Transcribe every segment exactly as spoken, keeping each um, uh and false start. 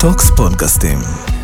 טוקס פודקאסטים.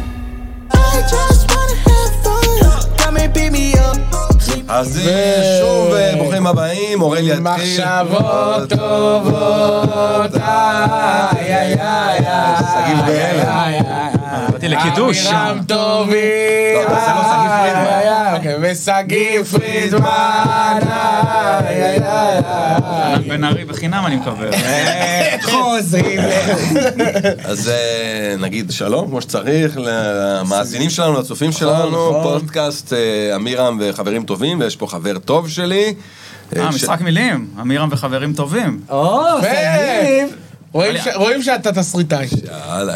אז שוב ברוכים הבאים, אורל יתחיל. מחשבות טובות, איי איי איי סגיב בהלם. באתי לקידוש. אמירם טובים. לא, זה לא סגיב פרידמן. וסגיב פרידמן. איי איי איי. בן ארי בחינם אני מקווה. חוזרים. אז נגיד שלום כמו שצריך למאזינים שלנו, לצופים שלנו, פודקאסט אמירם וחברים טובים, ויש פה חבר טוב שלי. אה, משחק מילים, אמירם וחברים טובים. או, סגיב. רואים שאתה תסריטאי. יאללה.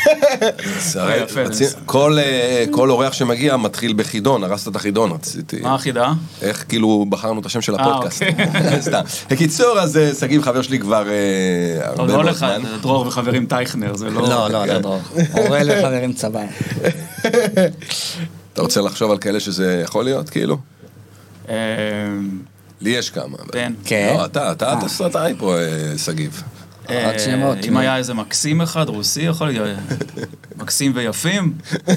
כל אורח שמגיע מתחיל בחידון, הרסת את החידון, רציתי. מה החידה? איך כאילו בחרנו את השם של הפודקאסט. בקיצור, אז סגיב חבר שלי כבר הרבה מאוד זמן. לא לך, דרור וחברים טייכנר, זה לא... לא, לא, לא דרור. אורל וחברים צבא. אתה רוצה לחשוב על כאלה שזה יכול להיות, כאילו? אה... לי יש כמה. כן. לא, אתה, אתה, אתה סרטאי פה, סגיב. רק שמות. אם היה איזה מקסים אחד, רוסי, יכול להיות מקסים ויפים.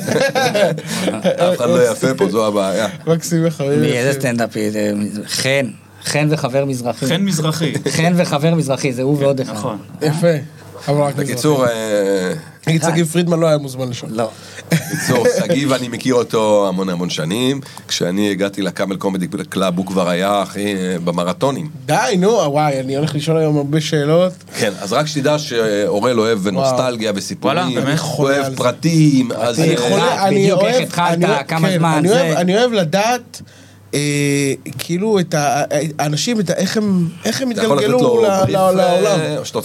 אף אחד לא יפה פה, זו הבעיה. מקסים וחברים. מאיזה סטנדאפי? חן. חן וחבר מזרחי. חן מזרחי. חן וחבר מזרחי, זה הוא ועוד אחד. נכון. יפה. בקיצור... נגיד סגיב פרידמן לא היה מוזמן לשם. לא. בקיצור, סגיב אני מכיר אותו המון המון שנים. כשאני הגעתי לקאמל קומדי קלאב, הוא כבר היה הכי במרתונים. די, נו, וואי, אני הולך לשאול היום הרבה שאלות. כן, אז רק שתדע שאורל אוהב נוסטלגיה וסיפורים, אוהב פרטים, אז... אני בדיוק איך התחלת, כמה זמן זה... אני אוהב לדעת... כאילו את האנשים, איך הם התגלגלו לעולם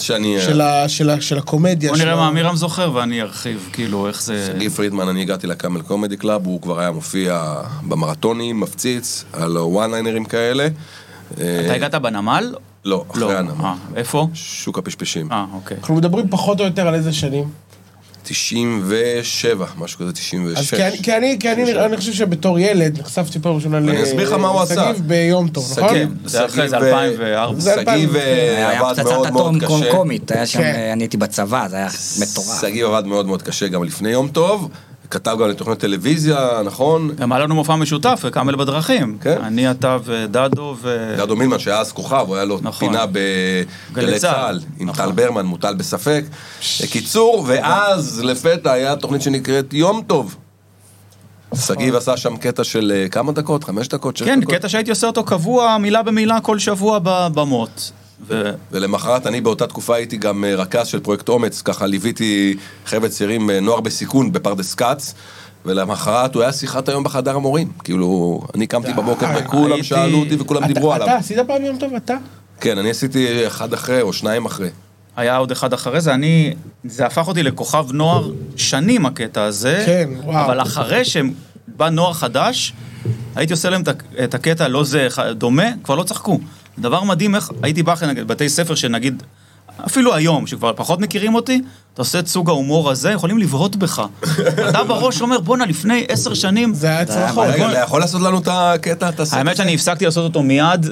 של הקומדיה. בוא נראה מה אמירם זוכר ואני ארחיב, כאילו איך זה... סגיב פרידמן, אני הגעתי לקאמל קומדי קלאב, הוא כבר היה מופיע במרתונים, מפציץ, על וואן ליינרים כאלה. אתה הגעת בנמל? לא, אחרי הנמל. איפה? שוק הפשפשים. אה, אוקיי. אנחנו מדברים פחות או יותר על איזה שנים? תשעים ושבע, משהו כזה, תשעים ושש. אז כי אני, כי אני, אני חושב שבתור ילד, נחשפתי פעם ראשונה לסגיב ביום טוב, נכון? זה אחרי זה אלפיים וארבע. סגיב עבד מאוד מאוד קשה. פצצת אטום קומית, היה שם, אני הייתי בצבא, זה היה מטורף. סגיב עבד מאוד מאוד קשה גם לפני יום טוב, כתב גם לתוכנית טלוויזיה, נכון? גם היה לנו מופע משותף, קאמל בדרכים. אני, אתה ודדו ו... דדו מילמן, שהיה אז כוכב, הוא היה לו פינה בגלי צהל, עם טל ברמן, מוטל בספק. קיצור, ואז לפתע היה תוכנית שנקראת יום טוב. סגיב עשה שם קטע של כמה דקות, חמש דקות, שש דקות. כן, קטע שהייתי עושה אותו קבוע, מילה במילה, כל שבוע בבמות. ולמחרת אני באותה תקופה הייתי גם רכז של פרויקט אומץ, ככה ליוויתי חבר'ה צעירים נוער בסיכון בפרדס כץ, ולמחרת הוא היה שיחת היום בחדר המורים, כאילו אני קמתי בבוקר וכולם שאלו אותי וכולם דיברו עליו. אתה עשית פעם יום טוב, אתה? כן, אני עשיתי אחד אחרי או שניים אחרי. היה עוד אחד אחרי זה, אני, זה הפך אותי לכוכב נוער שנים הקטע הזה, כן, וואו. אבל אחרי שבא נוער חדש, הייתי עושה להם את הקטע לא זה דומה, כבר לא צחקו. דבר מדהים איך, הייתי בא נגיד, בתי ספר שנגיד, אפילו היום, שכבר פחות מכירים אותי, אתה עושה את סוג ההומור הזה, יכולים לבהות בך. אתה בראש אומר, בונה, לפני עשר שנים... זה היה צלחות. רגע, אתה יכול לעשות לנו את הקטע? האמת שאני הפסקתי לעשות אותו מיד,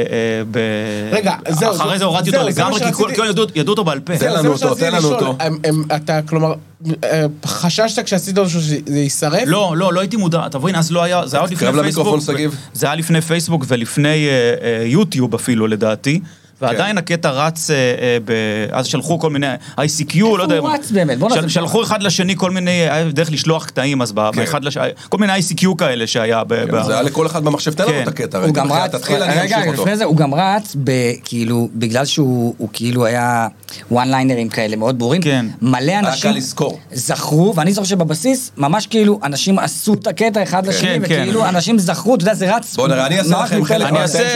רגע, זהו. אחרי זה הורדתי אותו לגמרי, כי כולם ידעו אותו בעל פה. תן לנו אותו, תן לנו אותו. אתה, כלומר, חששת כשעשית אותו שזה יישרף? לא, לא, לא הייתי מודע. תבין, אז לא היה, זה היה לפני פייסבוק. זה היה לפני פייסבוק ולפני יוטיוב אפילו, לדעתי. ועדיין הקטע רץ, אז שלחו כל מיני, איי סי קיו, לא יודע, איפה הוא רץ באמת? שלחו אחד לשני כל מיני, היה דרך לשלוח קטעים, אז באחד לשני, כל מיני איי סי קיו כאלה שהיה. זה היה לכל אחד במחשב, תן לנו את הקטע, רגע, לפני זה הוא גם רץ, כאילו, בגלל שהוא כאילו היה וואן ליינרים כאלה מאוד ברורים, מלא אנשים זכרו, ואני זוכר שבבסיס, ממש כאילו, אנשים עשו את הקטע אחד לשני, וכאילו אנשים זכרו, אתה יודע, זה רץ. בוא נראה, אני אעשה לכם חלק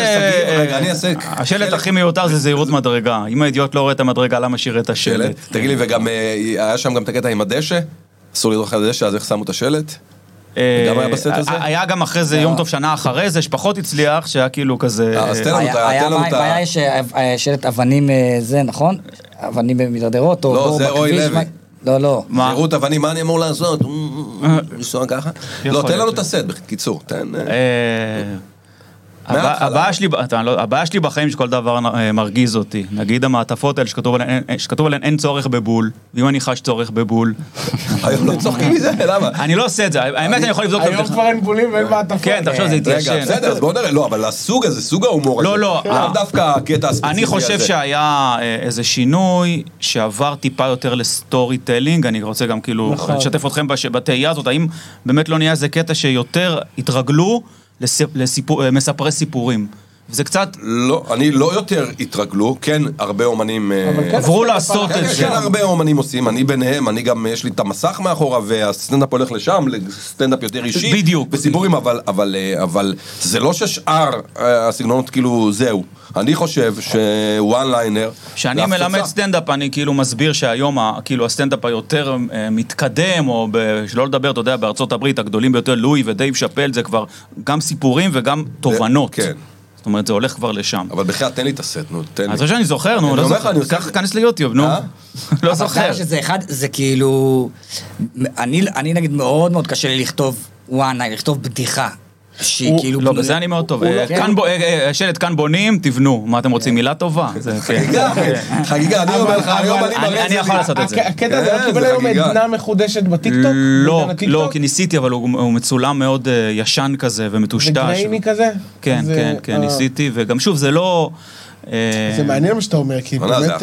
השלט הכי מיותר זה זהירות מדרגה. אם האידיוט לא רואה את המדרגה, למה שירה את השלט? תגיד לי, וגם היה שם גם את הקטע עם הדשא? אסור לדרוך על הדשא, אז איך שמו את השלט? גם היה בסט הזה? היה גם אחרי זה, יום טוב שנה אחרי זה, שפחות הצליח, שהיה כאילו כזה... אז תן לנו, תן לנו את ה... היה שלט אבנים זה, נכון? אבנים במדרדרות, או... לא, זה רוי לוי. לא, לא. זהירות אבנים, מה אני אמור לעשות? לנסוע ככה? לא, תן לנו את הסט, בקיצור, תן... הבעיה שלי בחיים שכל דבר מרגיז אותי. נגיד המעטפות האלה שכתוב עליהן אין צורך בבול, ואם אני חש צורך בבול. היום לא צוחקים מזה, למה? אני לא עושה את זה, האמת אני יכול לבדוק... היום כבר אין בולים ואין מעטפות. כן, תחשוב, זה התיישן. רגע, בסדר, אז בואו נראה, לא, אבל הסוג הזה, סוג ההומור הזה. לא, לא. לאו דווקא הקטע הספציפי הזה. אני חושב שהיה איזה שינוי שעבר טיפה יותר לסטורי טלינג, אני רוצה גם כאילו לשתף אתכם בתהייה הזאת, האם באמת לא נהיה איזה קטע שיותר התרגלו למספרי סיפורים. וזה קצת... לא, אני לא יותר התרגלו, כן, הרבה אומנים... עברו לעשות את זה. כן, הרבה אומנים עושים, אני ביניהם, אני גם, יש לי את המסך מאחורה, והסטנדאפ הולך לשם, לסטנדאפ יותר אישי. בדיוק. בסיפורים, אבל זה לא ששאר הסגנונות כאילו זהו. אני חושב שוואן ליינר... כשאני מלמד סטנדאפ, אני כאילו מסביר שהיום כאילו הסטנדאפ היותר מתקדם, או שלא לדבר, אתה יודע, בארצות הברית, הגדולים ביותר, לואי ודייב שאפל, זה כבר גם סיפורים וגם תובנות. כן. זאת אומרת, זה הולך כבר לשם. אבל בכלל, תן לי את הסט, נו, תן לי. אז שאני זוכר, נו, לא זוכר. כך כנס ליוטיוב, נו. לא זוכר. שזה אחד, זה כאילו... אני נגיד מאוד מאוד קשה לי לכתוב וואנה, לכתוב בדיחה. שהיא כאילו... לא, בזה אני מאוד טוב. שלט כאן בונים, תבנו. מה אתם רוצים? מילה טובה? חגיגה, חגיגה, אני אומר לך, היום אני מראה את זה. אני יכול לעשות את זה. הקטע הזה, לא קיבל היום עדנה מחודשת בטיקטוק? לא, לא, כי ניסיתי, אבל הוא מצולם מאוד ישן כזה ומטושטש. וגרייני כזה? כן, כן, כן, ניסיתי, וגם שוב, זה לא... זה מעניין מה שאתה אומר, כי באמת...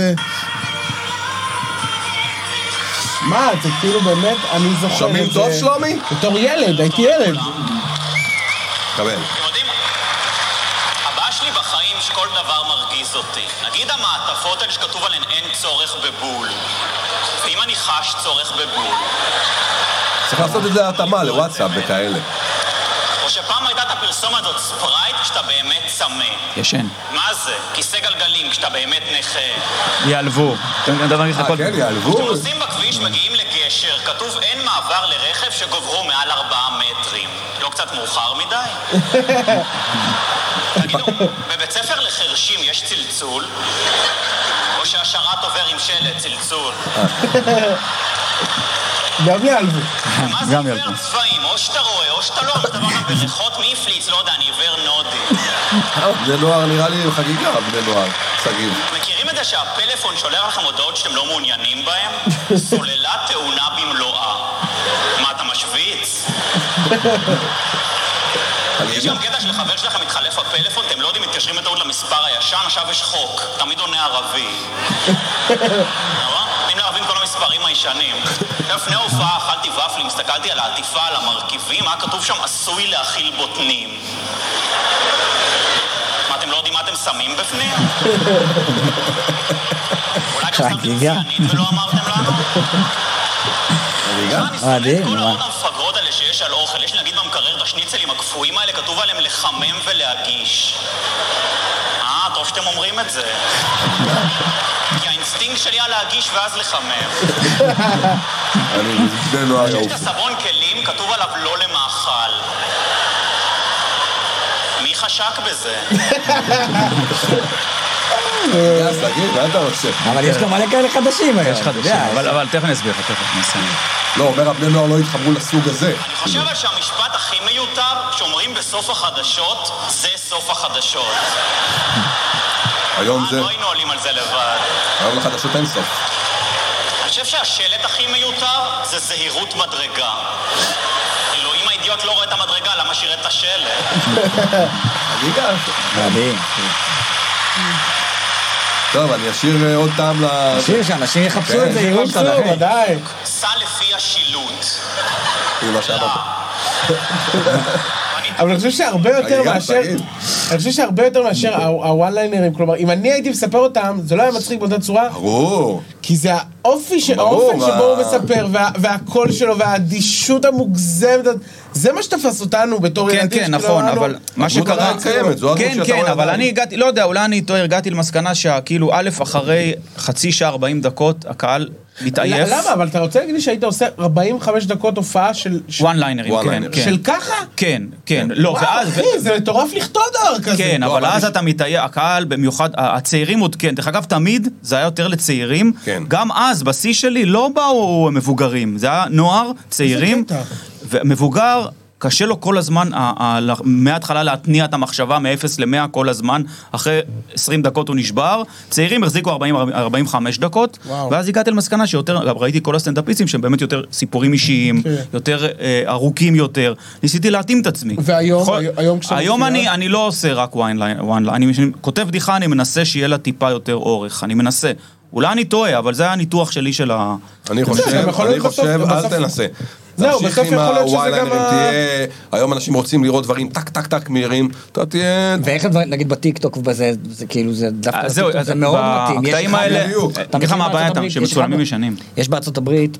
מה, זה כאילו באמת, אני זוכר... שומעים טוב, שלומי? בתור ילד, הייתי ילד. קבל. אתם יודעים, הבעיה שלי בחיים שכל דבר מרגיז אותי. נגיד המעטפות האלה שכתוב עליהן אין צורך בבול. ואם אני חש צורך בבול... צריך לעשות את זה התאמה לוואטסאפ וכאלה. או שפעם הייתה את הפרסומת הזאת ספרייט כשאתה באמת צמא. ישן. מה זה? כיסא גלגלים כשאתה באמת נכה. יעלבו. אה, כן, יעלבו. כשאתם נוסעים בכביש, מגיעים לגשר, כתוב אין מעבר לרכב שגובהו מעל ארבעה מטרים. לא קצת מאוחר מדי? תגידו, בבית ספר לחרשים יש צלצול? או שהשרת עובר עם שלט צלצול? גם יעלבו. מה זה עיוור צבעים? או שאתה רואה, או שאתה לא, אתה לא גם בריחות מי הפליץ, לא יודע, אני עיוור נודי. בני נוער נראה לי חגיגה, בני נוער, סגיב. מכירים את זה שהפלאפון שולח לכם הודעות שאתם לא מעוניינים בהם? סוללה טעונה במלואה. מה, אתה משוויץ? יש גם קטע שלחבר שלכם מתחלף הפלאפון, אתם לא יודעים, מתקשרים בטעות למספר הישן, עכשיו יש חוק, תמיד עונה ערבי. נותנים לערבים כל המספרים הישנים. לפני הופעה אכלתי ופלים, הסתכלתי על העטיפה, על המרכיבים, היה כתוב שם עשוי להכיל בוטנים. מה, אתם לא יודעים מה אתם שמים בפנים? אולי גם שמתם ציאנית ולא אמרתם לנו? אני שונא את כל העוד המפגרות האלה שיש על אוכל. יש נגיד במקרר את השניצלים הקפואים האלה, כתוב עליהם לחמם ולהגיש. אה, טוב שאתם אומרים את זה. כי האינסטינקט שלי היה להגיש ואז לחמם. אני בני נוער יעוף. יש את הסבון כלים, כתוב עליו לא למאכל. מי חשק בזה? אז תגיד, מה אתה רוצה? אבל יש גם מלא כאלה חדשים. יש חדשים, אבל תכף נסביר, תכף נסביר. לא, אומר הבני נוער לא התחברו לסוג הזה. אני חושב שהמשפט הכי מיותר שאומרים בסוף החדשות, זה סוף החדשות. היום זה... לא היינו עולים על זה לבד. היום לחדשות אין סוף. אני חושב שהשלט הכי מיותר זה זהירות מדרגה. כאילו, אם האידיוט לא רואה את המדרגה, למה שירת את השלט? אני גם. מדהים. טוב, אני אשאיר עוד טעם ל... אשאיר שאנשים יחפשו את זה, יראו קצת אחרי. ודאי. סע לפי השילוט. מה שאמרת. אבל אני חושב שהרבה יותר מאשר... אני חושב שהרבה יותר מאשר הוואן ליינרים, כלומר, אם אני הייתי מספר אותם, זה לא היה מצחיק באותה צורה. ברור. כי זה האופי, האופן שבו הוא מספר, והקול שלו, והאדישות המוגזמת, זה מה שתפס אותנו בתור ילדים. כן, כן, נכון, אבל מה שקרה... כן, כן, אבל אני הגעתי, לא יודע, אולי אני הגעתי למסקנה שהכאילו א', אחרי חצי שעה ארבעים דקות, הקהל מתעייף. למה? אבל אתה רוצה להגיד לי שהיית עושה ארבעים וחמש דקות הופעה של... וואן ליינרים, כן. של ככה? כן, כן. לא, ואז... אחי, זה מטורף לכתוב דבר כזה. כן, אבל אז אתה מתעייף, הקהל במיוחד, הצעירים עוד כן, דרך אגב, תמיד זה היה יותר לצעירים. גם אז, בשיא שלי, לא באו מבוגרים. זה היה נוער, צעירים. ומבוגר, קשה לו כל הזמן, מההתחלה להתניע את המחשבה מ-אפס ל-מאה כל הזמן, אחרי עשרים דקות הוא נשבר, צעירים החזיקו ארבעים וחמש דקות, ואז הגעתי למסקנה שיותר, ראיתי כל הסטנדאפיסטים שהם באמת יותר סיפורים אישיים, יותר ארוכים יותר, ניסיתי להתאים את עצמי. והיום, היום כשאתה... היום אני לא עושה רק one line, אני כותב בדיחה, אני מנסה שיהיה לה טיפה יותר אורך, אני מנסה. אולי אני טועה, אבל זה הניתוח שלי של ה... אני חושב, אני חושב, אל תנסה. זהו, בסוף יכול להיות שזה גם ה... היום אנשים רוצים לראות דברים טק טק טק מהירים, אתה תהיה... ואיך נגיד בטיקטוק ובזה, זה כאילו, זה דווקא... זה מאוד מתאים. בקטעים האלה, תגיד לך מה הבעיה איתם, שמצולמים ישנים. יש בארצות הברית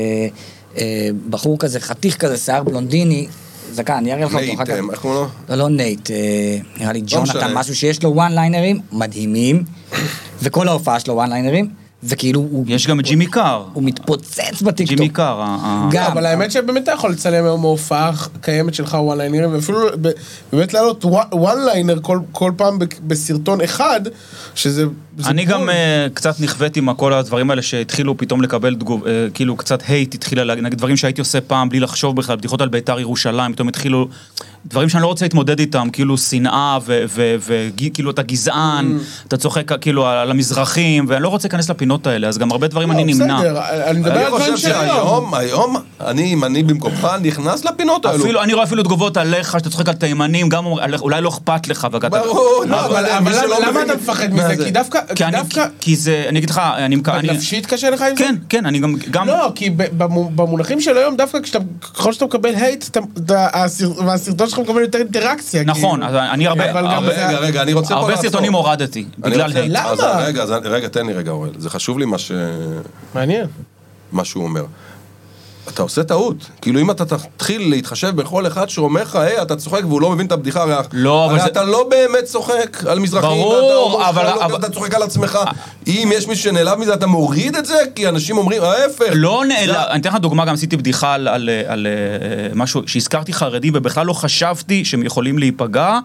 בחור כזה, חתיך כזה, שיער בלונדיני, זקן, אני אראה לך אותו אחר כך. נייט, איך קוראים לו? לא נייט, נראה לי ג'ונתן, משהו שיש לו וואן ליינרים מדהימים, וכל ההופעה שלו וואן ליינרים, וכאילו הוא... יש גם ג'ימי קאר. הוא מתפוצץ בטיקטוק. ג'ימי קאר. גם. אבל האמת שבאמת אתה יכול לצלם היום מהופעה קיימת שלך וואן ליינרים, ואפילו באמת לעלות וואן ליינר כל פעם בסרטון אחד, שזה... אני גם קצת נכוויתי עם כל הדברים האלה שהתחילו פתאום לקבל כאילו קצת הייט, התחילה, נגיד דברים שהייתי עושה פעם בלי לחשוב בכלל, בדיחות על בית"ר ירושלים, פתאום התחילו דברים שאני לא רוצה להתמודד איתם, כאילו שנאה וכאילו אתה גזען, אתה צוחק כאילו על המזרחים, ואני לא רוצה להיכנס לפינות האלה, אז גם הרבה דברים אני נמנע. אני מדבר על דברים שהיום, היום, אני, אם אני במקומך, נכנס לפינות האלו. אני רואה אפילו תגובות עליך, שאתה צוחק על תימנים, גם אולי לא אכפת לך. ברור, אבל למה אתה מפחד מזה? כי דווקא... כי זה, אני אגיד לך, אני... נפשית קשה לך עם זה? כן, כן, אני גם... לא, כי במונחים של היום, דווקא ככל שאתה מקבל הייט, והסרטון שלך מקבל יותר אינטראקציה. נכון, אז אני הרבה... רגע, רגע, אני רוצה פה לעצור. הרבה סרטונים הורדתי, בגלל הייט. למה? רגע, רגע, תן לי רגע, אורל. זה חשוב לי מה ש... מעניין. מה שהוא אומר. אתה עושה טעות. כאילו אם אתה תתחיל להתחשב בכל אחד שאומר לך, היי, אתה צוחק והוא לא מבין את הבדיחה, הרי אתה לא באמת צוחק על מזרחים. ברור, אבל... אתה צוחק על עצמך. אם יש מישהו שנעלב מזה, אתה מוריד את זה, כי אנשים אומרים, ההפך. לא נעלב. אני אתן לך דוגמה, גם עשיתי בדיחה על משהו, שהזכרתי חרדים, ובכלל לא חשבתי שהם יכולים להיפגע,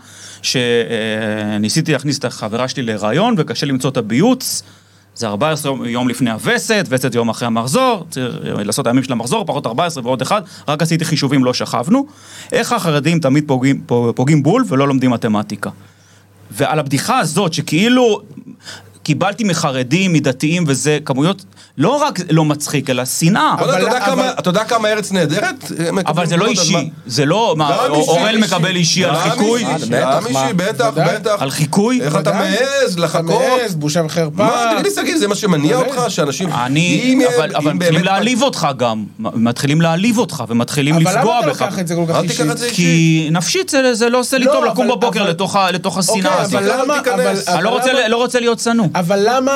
שניסיתי להכניס את החברה שלי לרעיון, וקשה למצוא את הביוץ. זה ארבעה עשר יום לפני הווסת, וסת יום אחרי המחזור, צריך לעשות הימים של המחזור, פחות ארבע עשרה ועוד אחד, רק עשיתי חישובים, לא שכבנו. איך החרדים תמיד פוגעים, פוגעים בול ולא לומדים מתמטיקה. ועל הבדיחה הזאת, שכאילו קיבלתי מחרדים, מדתיים וזה, כמויות, לא רק לא מצחיק, אלא שנאה. אתה יודע כמה ארץ נהדרת? אבל זה לא אישי. זה לא, אורל מקבל אישי על חיקוי. גם אישי, בטח, בטח. על חיקוי. איך אתה מעז לחכות? אתה מעז, בושה וחרפה. מה, תגיד לי סגיל, זה מה שמניע אותך, שאנשים... אני, אבל מתחילים להעליב אותך גם. מתחילים להעליב אותך, ומתחילים לפגוע בך. אבל למה אתה לוקח את זה כל כך אישית? כי נפשית זה לא עושה לי טוב לקום בבוקר לתוך השנאה הזאת. אני לא רוצה להיות צנוע. אבל למה,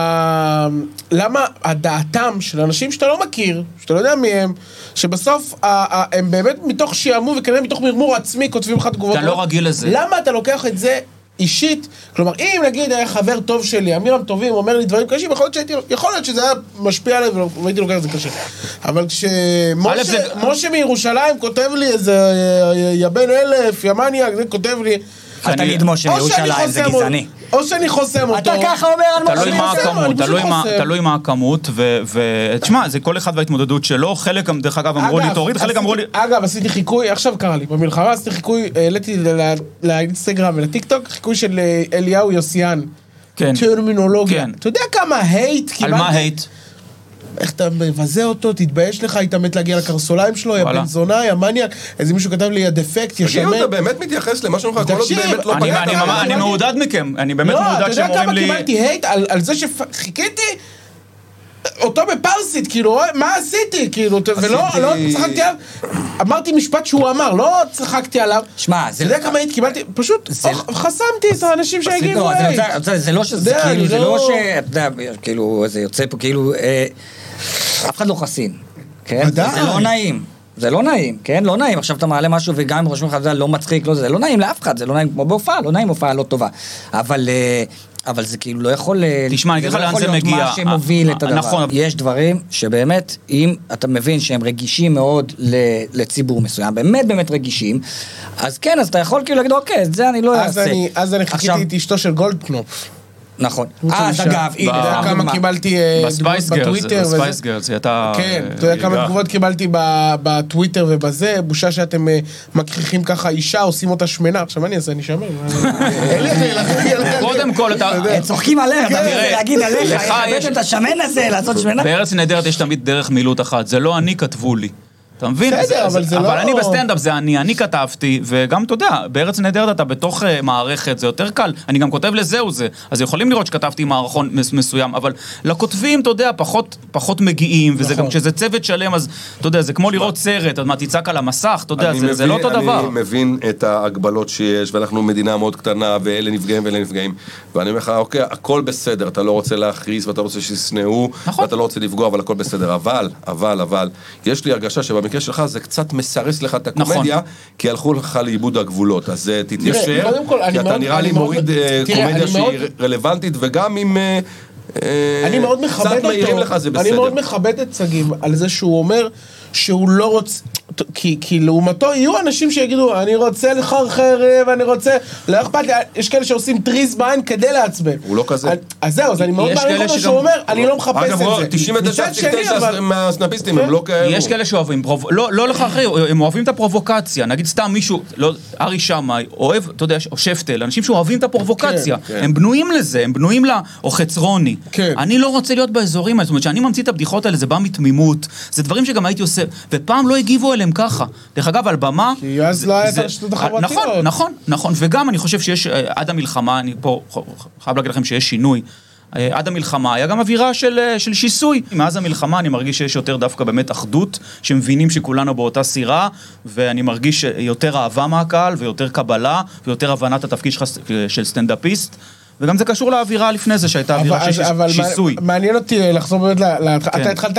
למה הדעתם של אנשים שאתה לא מכיר, שאתה לא יודע מי הם, שבסוף הם באמת מתוך שיעמום וכנראה מתוך מרמור עצמי כותבים לך תגובות. אתה לא רגיל לזה. למה אתה לוקח את זה אישית? כלומר, אם נגיד היה חבר טוב שלי, אמירם טובים, אומר לי דברים קשים, יכול להיות שהייתי, יכול להיות שזה היה משפיע עליי והייתי לוקח את זה קשה. אבל כשמשה מירושלים כותב לי איזה יבן אלף, ימניה, זה כותב לי, אל תגיד משה מירושלים, זה גזעני. או שאני חוסם אותו. אתה ככה אומר על משה מירושלים. תלוי מה הכמות, ותשמע, זה כל אחד וההתמודדות שלו, חלק, דרך אגב, אמרו לי, תוריד, חלק אמרו לי... אגב, עשיתי חיקוי, עכשיו קרה לי, במלחמה עשיתי חיקוי, העליתי לאינסטגרם ולטיקטוק, חיקוי של אליהו יוסיאן. כן. טרמינולוגיה. אתה יודע כמה הייט קיבלתי? על מה הייט? איך אתה מבזה אותו, תתבייש לך, היית מת להגיע לקרסוליים שלו, יא בן זונה, יא מניאק, איזה מישהו כתב לי, יא דפקט, יא שמן. תגיד, אתה באמת מתייחס למה שלך, כל עוד באמת לא פגעת. אני מעודד מכם, אני באמת מעודד שהם אומרים לי... לא, אתה יודע כמה קיבלתי הייט על זה שחיכיתי אותו בפרסית, כאילו, מה עשיתי, כאילו, ולא, לא צחקתי עליו, אמרתי משפט שהוא אמר, לא צחקתי עליו. שמע, זה... אתה יודע כמה הייתי קיבלתי, פשוט חסמתי את האנשים שהגיבו הייט. זה לא שזה, כאילו, זה לא ש... אתה יודע, כאילו, זה יוצא פה, כאילו... אף אחד לא חסין, כן? זה לא נעים, זה לא נעים, כן? לא נעים, עכשיו אתה מעלה משהו וגם אם רושמים לך, זה לא מצחיק, לא זה, לא נעים לאף אחד, זה לא נעים כמו בהופעה, לא נעים, הופעה לא טובה, אבל, אבל זה כאילו לא יכול, תשמע, אני אגיד לך לאן זה מגיע, מה שמוביל את הדבר. נכון. יש דברים שבאמת, אם אתה מבין שהם רגישים מאוד לציבור מסוים, באמת באמת רגישים, אז כן, אז אתה יכול כאילו להגיד, אוקיי, את זה אני לא אעשה. אז אני חיכיתי את אשתו של גולדקנופ. נכון. אז אגב, אתה יודע כמה קיבלתי בטוויטר. בספייס גרלס, אתה... כן, אתה יודע כמה תגובות קיבלתי בטוויטר ובזה, בושה שאתם מכריחים ככה אישה, עושים אותה שמנה. עכשיו מה אני אעשה? אני שמר. קודם כל, אתה... צוחקים עליך, אתה רוצה להגיד עליך, הבאתם את השמן הזה, לעשות שמנה. בארץ נהדרת יש תמיד דרך מילוט אחת, זה לא אני כתבו לי. אתה מבין? בסדר, אבל זה לא... אבל אני בסטנדאפ, זה אני, אני כתבתי, וגם, אתה יודע, בארץ נהדרת אתה בתוך מערכת, זה יותר קל, אני גם כותב לזהו זה, אז יכולים לראות שכתבתי מערכון מסוים, אבל לכותבים, אתה יודע, פחות, פחות מגיעים, וזה גם כשזה צוות שלם, אז, אתה יודע, זה כמו לראות סרט, אז מה, תצעק על המסך, אתה יודע, זה, זה לא אותו דבר. אני מבין את ההגבלות שיש, ואנחנו מדינה מאוד קטנה, ואלה נפגעים ואלה נפגעים, ואני אומר לך, אוקיי, הכל בסדר, אתה לא רוצה להכריז, ואתה רוצה שיסנאו, ואתה לא רוצה לפגוע, אבל הכל בסדר. אבל, אבל, אבל, יש לי הרגשה שבמקרה שלך זה קצת מסרס לך את הקומדיה, כי הלכו לך לאיבוד הגבולות, אז תתיישר, כי אתה נראה לי מוריד קומדיה שהיא רלוונטית, וגם אם אני מאוד מכבד אותו, אני מאוד מכבד את סגיב על זה שהוא אומר שהוא לא רוצה, כי, כי לעומתו יהיו אנשים שיגידו, אני רוצה לחרחר, ואני רוצה, לא אכפת לי, יש כאלה שעושים טריז בעין כדי לעצבן. הוא לא כזה. אז זהו, אז אני מאוד מעריך אותו שהוא אומר, אני לא מחפש את זה. אגב, תשעים ותשע מהסנאפיסטים הם לא כאלו. יש כאלה שאוהבים, לא לחרחר, הם אוהבים את הפרובוקציה, נגיד סתם מישהו, ארי שמאי, אוהב, אתה יודע, או שפטל, אנשים שאוהבים את הפרובוקציה, הם בנויים לזה, הם בנויים לה, או חצרוני. אני לא רוצה להיות באזורים, זאת אומרת, שאני ממציא את הבדיחות האלה, זה בא מתמימות, זה דברים שגם הייתי עושה, ופעם לא הגיבו אליהם ככה. דרך אגב, על במה... כי אז לא היה את הרשתות החברתיות. נכון, נכון, נכון. וגם אני חושב שיש, עד המלחמה, אני פה חייב להגיד לכם שיש שינוי, עד המלחמה היה גם אווירה של, של שיסוי. מאז המלחמה אני מרגיש שיש יותר דווקא באמת אחדות, שמבינים שכולנו באותה סירה, ואני מרגיש יותר אהבה מהקהל, ויותר קבלה, ויותר הבנת התפקיד של סטנדאפיסט. וגם זה קשור לאווירה לפני זה, שהייתה אווירה של שיסוי. מעניין אותי לחזור באמת, אתה התחלת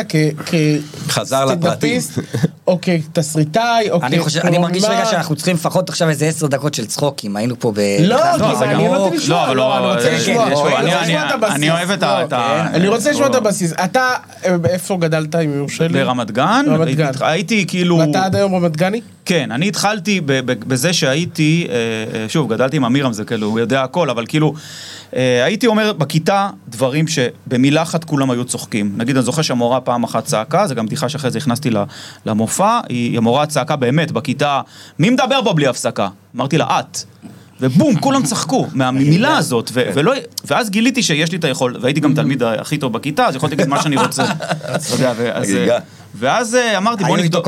כסטנדאפיסט, או כתסריטאי, או כקולנוע. אני מרגיש רגע שאנחנו צריכים לפחות עכשיו איזה עשר דקות של צחוקים, היינו פה ב... לא, מעניין אותי לשמוע, לא, אני רוצה לשמוע. אני אוהב את ה... אני רוצה לשמוע את הבסיס. אתה, איפה גדלת, אם יורשה לי? ברמת גן. הייתי כאילו... ואתה עד היום רמת גני? כן, אני התחלתי בזה שהייתי, שוב, גדלתי עם אמירם, זה כאילו, הוא יודע הכל, אבל כאילו, הייתי אומר בכיתה דברים שבמילה אחת כולם היו צוחקים. נגיד, אני זוכר שהמורה פעם אחת צעקה, זה גם בדיחה שאחרי זה הכנסתי למופע, היא המורה צעקה באמת בכיתה, מי מדבר בו בלי הפסקה? אמרתי לה, את. ובום, כולם צחקו מהמילה הזאת, ואז גיליתי שיש לי את היכול, והייתי גם תלמיד הכי טוב בכיתה, אז יכולתי להגיד מה שאני רוצה. ואז אמרתי,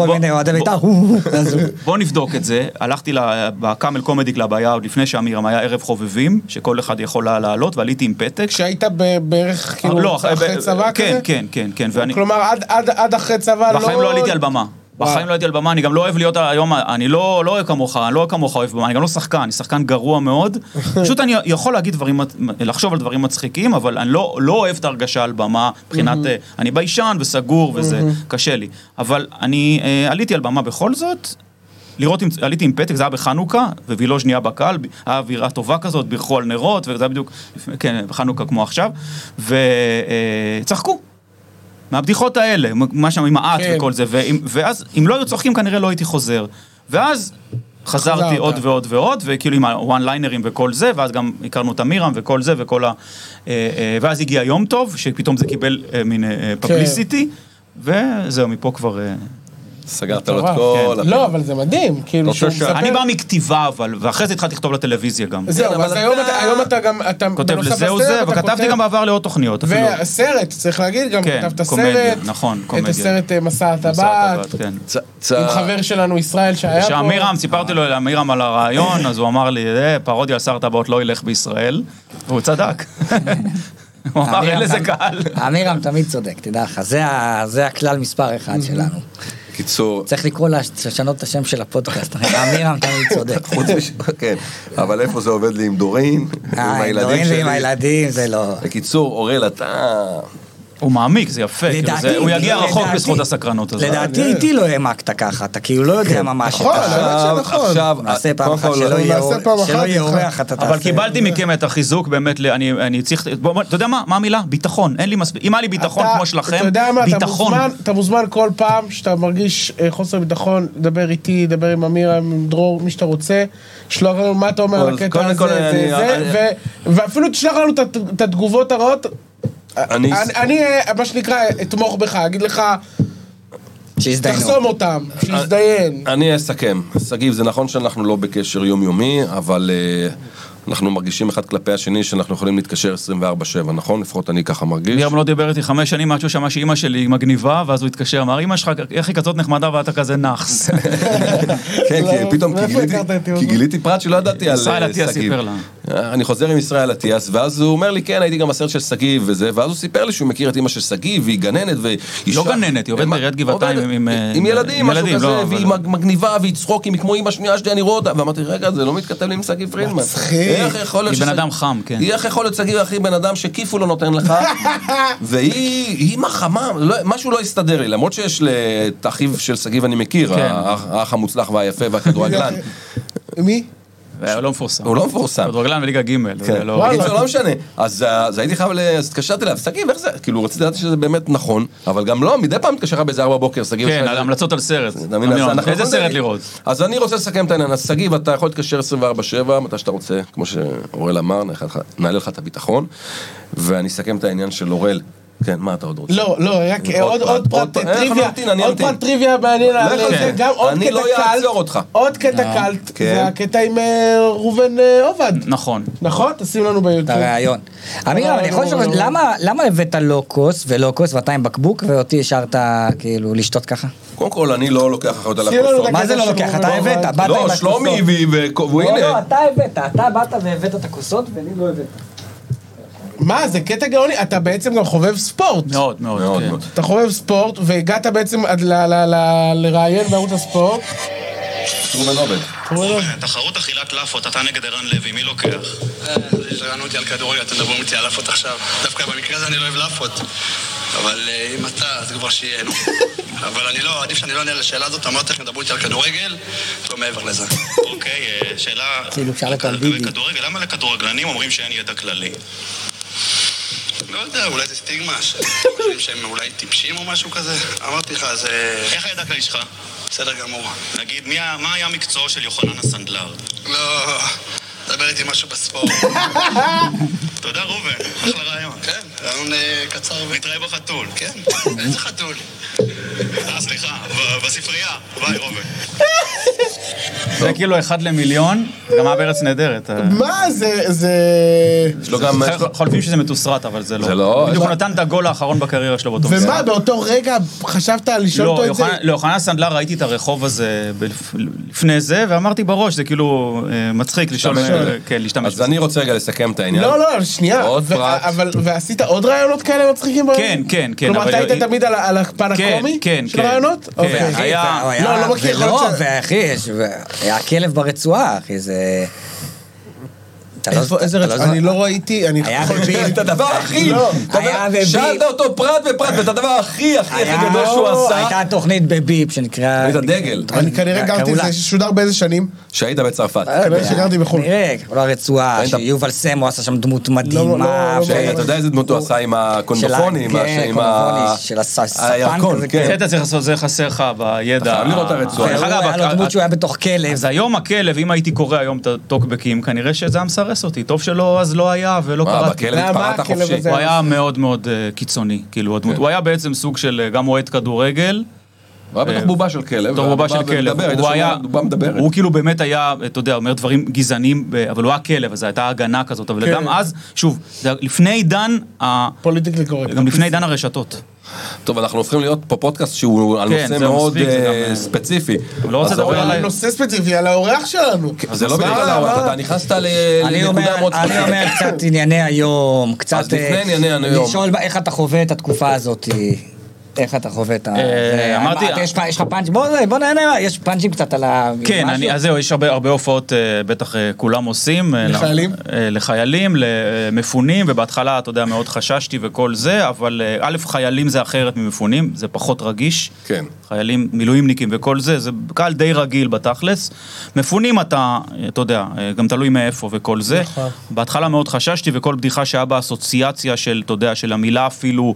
בוא נבדוק את זה. הלכתי בקאמל קומדי קלאב, היה עוד לפני שאמירם, היה ערב חובבים, שכל אחד יכול לעלות, ועליתי עם פתק. כשהיית בערך כאילו אחרי צבא כזה? כן, כן, כן. כלומר, עד אחרי צבא לא... בחיים לא עליתי על במה. בחיים לא הייתי על במה, אני גם לא אוהב להיות היום, אני לא אוהב כמוך, אני לא אוהב כמוך אוהב במה, אני גם לא שחקן, אני שחקן גרוע מאוד. פשוט אני יכול להגיד דברים, לחשוב על דברים מצחיקים, אבל אני לא אוהב את הרגשה על במה, מבחינת, אני ביישן וסגור וזה קשה לי. אבל אני עליתי על במה בכל זאת, לראות, עליתי עם פתק, זה היה בחנוכה, ובילו שנייה בקהל, היה אווירה טובה כזאת, בירכו על נרות, וזה היה בדיוק, כן, בחנוכה כמו עכשיו, וצחקו. מהבדיחות האלה, מה שם עם האט וכל זה, ואז אם לא היו צוחקים כנראה לא הייתי חוזר. ואז חזרתי עוד ועוד ועוד, וכאילו עם הוואן ליינרים וכל זה, ואז גם הכרנו את אמירם וכל זה וכל ה... ואז הגיע יום טוב, שפתאום זה קיבל מין פבליסיטי, וזהו, מפה כבר... סגרת לו את כל... לא, אבל זה מדהים, כאילו שהוא מספר... אני בא מכתיבה, אבל, ואחרי זה התחלתי לכתוב לטלוויזיה גם. זהו, אז היום אתה גם... כותב לזהו זה, וכתבתי גם בעבר לעוד תוכניות. והסרט, צריך להגיד, גם כתבת סרט. נכון, קומדיה. את הסרט מסע הטבעת. עם חבר שלנו ישראל שהיה פה. כשאמירם, סיפרתי לו אמירם על הרעיון, אז הוא אמר לי, פרודיה על שר הטבעות לא ילך בישראל, והוא צדק. הוא אמר, אין לזה קהל. אמירם תמיד צודק, תדע לך, זה הכלל מספר אחד שלנו. קיצור... צריך לקרוא לשנות את השם של הפודקאסט, אמירם תמיד צודק. כן, אבל איפה זה עובד לי עם דורין? עם דורין ועם הילדים, זה לא... בקיצור, אורל, אתה... הוא מעמיק, זה יפה. הוא יגיע רחוק בזכות הסקרנות הזאת. לדעתי איתי לא העמקת ככה, אתה כאילו לא יודע ממש. נכון, האמת שנכון. עכשיו, נעשה פעם אחת שלא יהיה אורח, אתה תעשה. אבל קיבלתי מכם את החיזוק, באמת, אני צריך, אתה יודע מה? מה המילה? ביטחון. אין לי מספיק, אם היה לי ביטחון כמו שלכם, ביטחון. אתה מוזמן כל פעם שאתה מרגיש חוסר ביטחון, דבר איתי, דבר עם אמיר, עם דרור, מי שאתה רוצה, שלוח לנו מה אתה אומר על הקטע הזה, ואפילו תשלח לנו את התגובות הרעות, אני, מה שנקרא, אתמוך בך, אגיד לך, תחסום אותם, שיזדיין. אני אסכם. סגיב, זה נכון שאנחנו לא בקשר יומיומי, אבל אנחנו מרגישים אחד כלפי השני שאנחנו יכולים להתקשר עשרים וארבע שבע, נכון? לפחות אני ככה מרגיש. מירם לא דיבר איתי חמש שנים, עד שהוא שמע שאמא שלי מגניבה, ואז הוא התקשר, אמר, אמא שלך, איך היא כזאת נחמדה ואתה כזה נחס. כן, כי פתאום, כי גיליתי פרט שלא ידעתי על סגיב. ישראל אטיאס סיפר לה. אני חוזר עם ישראל אטיאס, ואז הוא אומר לי, כן, הייתי גם בסרט של סגיב וזה, ואז הוא סיפר לי שהוא מכיר את אמא של סגיב, והיא גננת, והיא לא גננת, היא עובדת בעיריית גבעתיים עם ילדים, משהו כזה, והיא מגניבה, והיא צחוקים, כמו אמא שנייה שלי, אני רואה אותה, ואמרתי, רגע, זה לא מתכתב לי עם סגיב פרידמן. היא בן אדם חם, כן. איך יכול להיות סגיב הכי בן אדם שכיפו לא נותן לך, והיא אימא חמה, משהו לא הסתדר לי, למרות שיש את אחיו של סגיב אני מכיר, האח המוצלח והיפה והכדורגלן. מי? הוא לא מפורסם. הוא לא מפורסם. כדורגלן בליגה ג' זה לא משנה. אז הייתי חייב, אז התקשרתי אליו, סגיב, איך זה? כאילו רציתי לדעת שזה באמת נכון, אבל גם לא, מדי פעם מתקשרה באיזה ארבע בוקר, סגיב. כן, על המלצות על סרט. איזה סרט לראות? אז אני רוצה לסכם את העניין, אז סגיב, אתה יכול להתקשר עשרים וארבע שבע, מתי שאתה רוצה, כמו שאורל אמר, נעלה לך את הביטחון, ואני אסכם את העניין של אורל. כן, מה אתה עוד רוצה? לא, לא, רק עוד פרט טריוויה, עוד פרט טריוויה מעניין על זה, גם עוד קטע קלט. אני לא אעצור אותך. עוד קטע קלט, זה הקטע עם ראובן עובד. נכון. נכון? תשים לנו ביוטיוב. את הרעיון. אמיר, אני יכול לשאול, למה הבאת לוקוס ולוקוס ואתה עם בקבוק, ואותי השארת כאילו לשתות ככה? קודם כל, אני לא לוקח אחריות על הכוסות. מה זה לא לוקח? אתה הבאת, באת עם הכוסות. לא, שלומי והנה. לא, אתה הבאת, אתה באת והבאת את הכוסות ואני לא הבאת. מה, זה קטע גאוני, אתה בעצם גם חובב ספורט. מאוד, מאוד, כן. אתה חובב ספורט, והגעת בעצם לראיין בערוץ הספורט. ראובן עובד. תחרות אכילת לאפות, אתה נגד ערן לוי, מי לוקח? ראיינו אותי על כדורגל, אתם מדברים איתי על לאפות עכשיו. דווקא במקרה הזה אני לא אוהב לאפות. אבל אם אתה, אז כבר שיהיה, נו. אבל אני לא, עדיף שאני לא עונה לשאלה הזאת, אמרת איך מדברו איתי על כדורגל, לא מעבר לזה. אוקיי, שאלה... כאילו, אפשר לתלביבי. כדורגל, למה לכדורגלנים אומרים שאין ידע כללי? לא יודע, אולי זה סטיגמה, שחושבים שהם אולי טיפשים או משהו כזה. אמרתי לך, זה... איך הידע כללי שלך? בסדר גמור. נגיד, מה היה המקצוע של יוחנן הסנדלר? לא... דבר איתי משהו בספורט. תודה ראובן, אחלה רעיון. כן, רעיון קצר. נתראה בחתול. כן, איזה חתול? אה, סליחה, בספרייה. ביי ראובן. זה כאילו אחד למיליון, גם היה בארץ נהדרת. מה זה, זה... חולפים שזה מתוסרט, אבל זה לא. זה לא. בדיוק הוא נתן את הגול האחרון בקריירה שלו באותו ומה, באותו רגע חשבת לשאול אותו את זה? לא, יוחנן סנדלר ראיתי את הרחוב הזה לפני זה, ואמרתי בראש, זה כאילו מצחיק לשאול, כן, להשתמש. אז אני רוצה רגע לסכם את העניין. לא, לא, שנייה. אבל, ועשית עוד רעיונות כאלה מצחיקים? כן, כן, כן. כלומר, אתה היית תמיד על הפן הקומי של רעיונות? כן, היה... לא, לא מכיר. לא, ואחי, היה כלב ברצועה, אחי, זה... איזה רצועה? אני לא ראיתי, אני היה בביב. את הדבר הכי, שאלת אותו פרט ופרט, ואת הדבר הכי הכי הכי גדול שהוא עשה. הייתה תוכנית בביב שנקרא... הייתה דגל. אני כנראה גרתי, זה שודר באיזה שנים? שהיית בצרפת. כנראה שגרתי בחו"ל. נראה, כל הרצועה, שיובל סמו עשה שם דמות מדהימה. אתה יודע איזה דמות הוא עשה עם הקונדופוני, עם של הספן הירקון, כן. אתה צריך לעשות, זה חסר לך בידע. חייב לראות הרצועה. היה לו דמות שהוא היה בתוך כלב. אז היום הכלב, אם הייתי קורא היום את הטוקבקים, כנראה שזה המסרס אותי. טוב שלא, אז לא היה ולא קראתי. בכלב התפרעת החופשי. הוא היה מאוד מאוד קיצוני, כאילו, הדמות. הוא היה בעצם סוג של גם אוהד כדורגל. הוא היה בתוך בובה של כלב. בתוך בובה של כלב. הוא היה, הוא כאילו באמת היה, אתה יודע, אומר דברים גזעניים, אבל הוא היה כלב, אז הייתה הגנה כזאת, אבל גם אז, שוב, לפני עידן, פוליטיקלי קורקט. גם לפני עידן הרשתות. טוב, אנחנו הופכים להיות פה פודקאסט שהוא על נושא מאוד ספציפי. הוא לא רוצה לדבר על נושא ספציפי, על האורח שלנו. זה לא בדיוק על האורח, אתה נכנסת לנקודה מאוד ספציפית. אני אומר קצת ענייני היום, קצת... אז לפני ענייני היום. לשאול איך אתה חווה את התקופה הזאת. איך אתה חווה את ה... אמרתי... יש לך פאנץ', בוא נהנה, יש פאנצ'ים קצת על ה... כן, אז זהו, יש הרבה הופעות, בטח כולם עושים. לחיילים? לחיילים, למפונים, ובהתחלה, אתה יודע, מאוד חששתי וכל זה, אבל א', חיילים זה אחרת ממפונים, זה פחות רגיש. כן. חיילים, מילואימניקים וכל זה, זה קהל די רגיל בתכלס. מפונים אתה, אתה יודע, גם תלוי מאיפה וכל זה. בהתחלה מאוד חששתי, וכל בדיחה שהיה באסוציאציה של, אתה יודע, של המילה אפילו,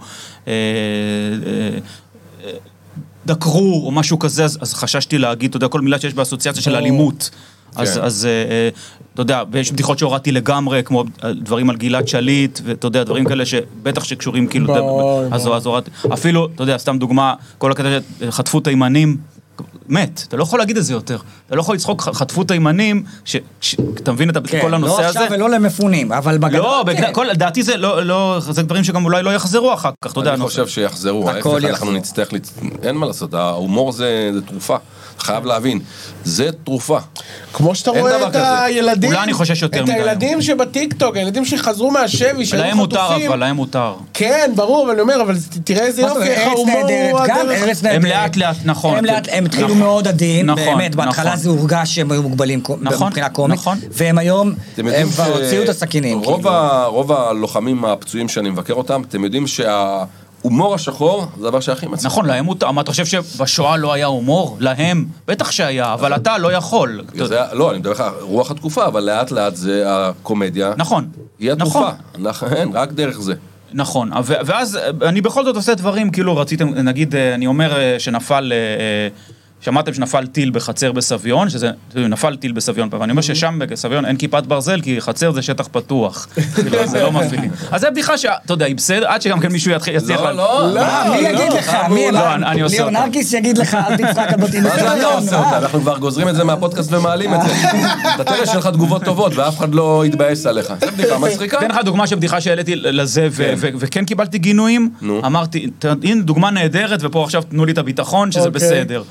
דקרו או משהו כזה, אז חששתי להגיד, אתה יודע, כל מילה שיש באסוציאציה של אלימות. אז, אז, אתה יודע, ויש בדיחות שהורדתי לגמרי, כמו דברים על גלעד שליט, ואתה יודע, דברים כאלה שבטח שקשורים, כאילו, אז הורדתי. אפילו, אתה יודע, סתם דוגמה, כל הקטע שחטפו את הימנים, מת, אתה לא יכול להגיד את זה יותר. אתה לא יכול לצחוק חטפו את הימנים, שאתה מבין את כל הנושא הזה. לא עכשיו ולא למפונים, אבל בגדול... לא, דעתי זה לא, זה דברים שגם אולי לא יחזרו אחר כך, אתה יודע. אני חושב שיחזרו, ההפך, אנחנו נצטרך, אין מה לעשות, ההומור זה תרופה. חייב להבין, זה תרופה. כמו שאתה רואה את הילדים, אולי אני חושש יותר מדי. את הילדים שבטיקטוק, הילדים שחזרו מהשבי, שהיו להם מותר, אבל להם מותר. כן, ברור, אבל אני אומר, אבל תראה איזה יופי, איך ההומור הוא הדרך. הם לאט לאט, נכון. הם התחילו מאוד עדיים, באמת, בהתחלה זה הורגש שהם היו מוגבלים מבחינה קומית, והם היום, הם כבר הוציאו את הסכינים. רוב הלוחמים הפצועים שאני מבקר אותם, אתם יודעים שה... הומור השחור זה הדבר שהכי מצליח. נכון, להם הוא... אתה חושב שבשואה לא היה הומור? להם? בטח שהיה, אבל אתה לא יכול. לא, אני מדבר לך, רוח התקופה, אבל לאט לאט זה הקומדיה. נכון. היא התקופה. רק דרך זה. נכון, ואז אני בכל זאת עושה דברים, כאילו רציתם, נגיד, אני אומר שנפל... שמעתם שנפל טיל בחצר בסביון, שזה נפל טיל בסביון, ואני אומר ששם בסביון אין כיפת ברזל, כי חצר זה שטח פתוח. זה לא מפעילים. אז זה בדיחה שאתה יודע, היא בסדר, עד שגם כן מישהו יצליח... לא, לא, לא. מי יגיד לך? מי? ליאונרקיס יגיד לך, אל תצחק על בתים בסביון. אנחנו כבר גוזרים את זה מהפודקאסט ומעלים את זה. אתה תראה שיש לך תגובות טובות, ואף אחד לא יתבאס עליך. זה בדיחה מצחיקה. תן לך דוגמה של בדיחה שהעליתי לזה, וכן קיבלתי גינויים. אמרתי, הנה דוגמה נהדרת, ופה עכשיו תנו לי את הביטחון, שזה בסדר.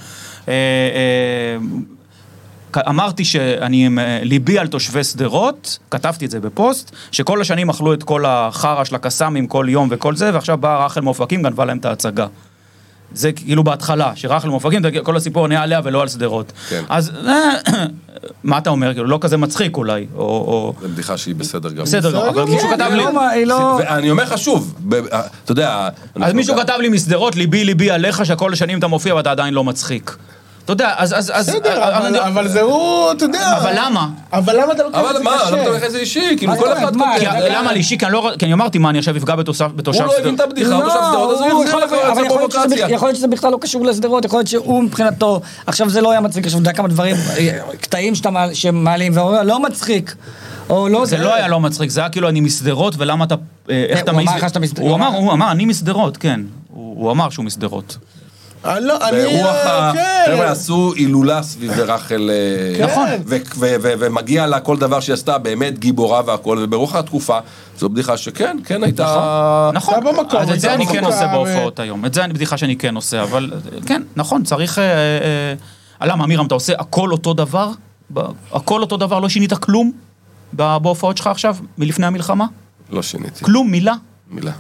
אמרתי שאני ליבי על תושבי סדרות, כתבתי את זה בפוסט, שכל השנים אכלו את כל החרא של הקסאמים כל יום וכל זה, ועכשיו באה רחל מאופקים, גנבה להם את ההצגה. זה כאילו בהתחלה, שרחל מאופקים, כל הסיפור נהיה עליה ולא על סדרות. אז מה אתה אומר? לא כזה מצחיק אולי, או... זה בדיחה שהיא בסדר גם. בסדר גם, אבל מישהו כתב לי... ואני אומר לך שוב, אתה יודע... אז מישהו כתב לי מסדרות, ליבי ליבי עליך, שכל השנים אתה מופיע ואתה עדיין לא מצחיק. אתה יודע, אז... בסדר, אבל זה הוא, אתה יודע... אבל למה? אבל למה אתה לוקח את זה קשה? אבל מה, למה אתה לוקח את זה אישי? כאילו כל אחד... למה לאישי? כי אני אמרתי מה, אני עכשיו אפגע בתושב סדרות. הוא לא הבין את הבדיחה, הוא תושב סדרות, אז הוא יחזיר לך את זה פרובוקציה. יכול להיות שזה בכלל לא קשור לסדרות, יכול להיות שהוא מבחינתו, עכשיו זה לא היה מצחיק, עכשיו יודע כמה דברים, קטעים שמעלים, והוא אומר, לא מצחיק. זה לא היה לא מצחיק, זה היה כאילו אני מסדרות, ולמה אתה... הוא אמר, אני מסדרות, כן. הוא אמר שהוא מסדרות. ברוח החבר'ה עשו אילולה סביב רחל, נכון, ומגיע לה כל דבר שהיא עשתה באמת גיבורה והכל, וברוח התקופה זו בדיחה שכן, כן הייתה... נכון, אז את זה אני כן עושה בהופעות היום, את זה אני בדיחה שאני כן עושה, אבל כן, נכון, צריך... למה, אמירם, אתה עושה הכל אותו דבר? הכל אותו דבר, לא שינית כלום בהופעות שלך עכשיו, מלפני המלחמה? לא שיניתי. כלום, מילה? מילה.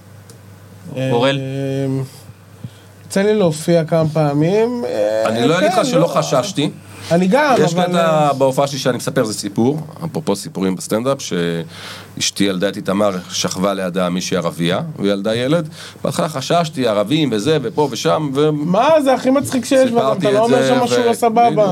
אורל? יצא לי להופיע כמה פעמים. אני לא אגיד לך שלא חששתי. אני גם, אבל... יש קטע בהופעה שלי שאני מספר, זה סיפור, אפרופו סיפורים בסטנדאפ, שאשתי ילדה את איתמר, שכבה לידה מישהי ערבייה, וילדה ילד. בהתחלה חששתי, ערבים וזה, ופה ושם, ו... מה, זה הכי מצחיק שיש, אתה לא אומר שם משהו לא סבבה.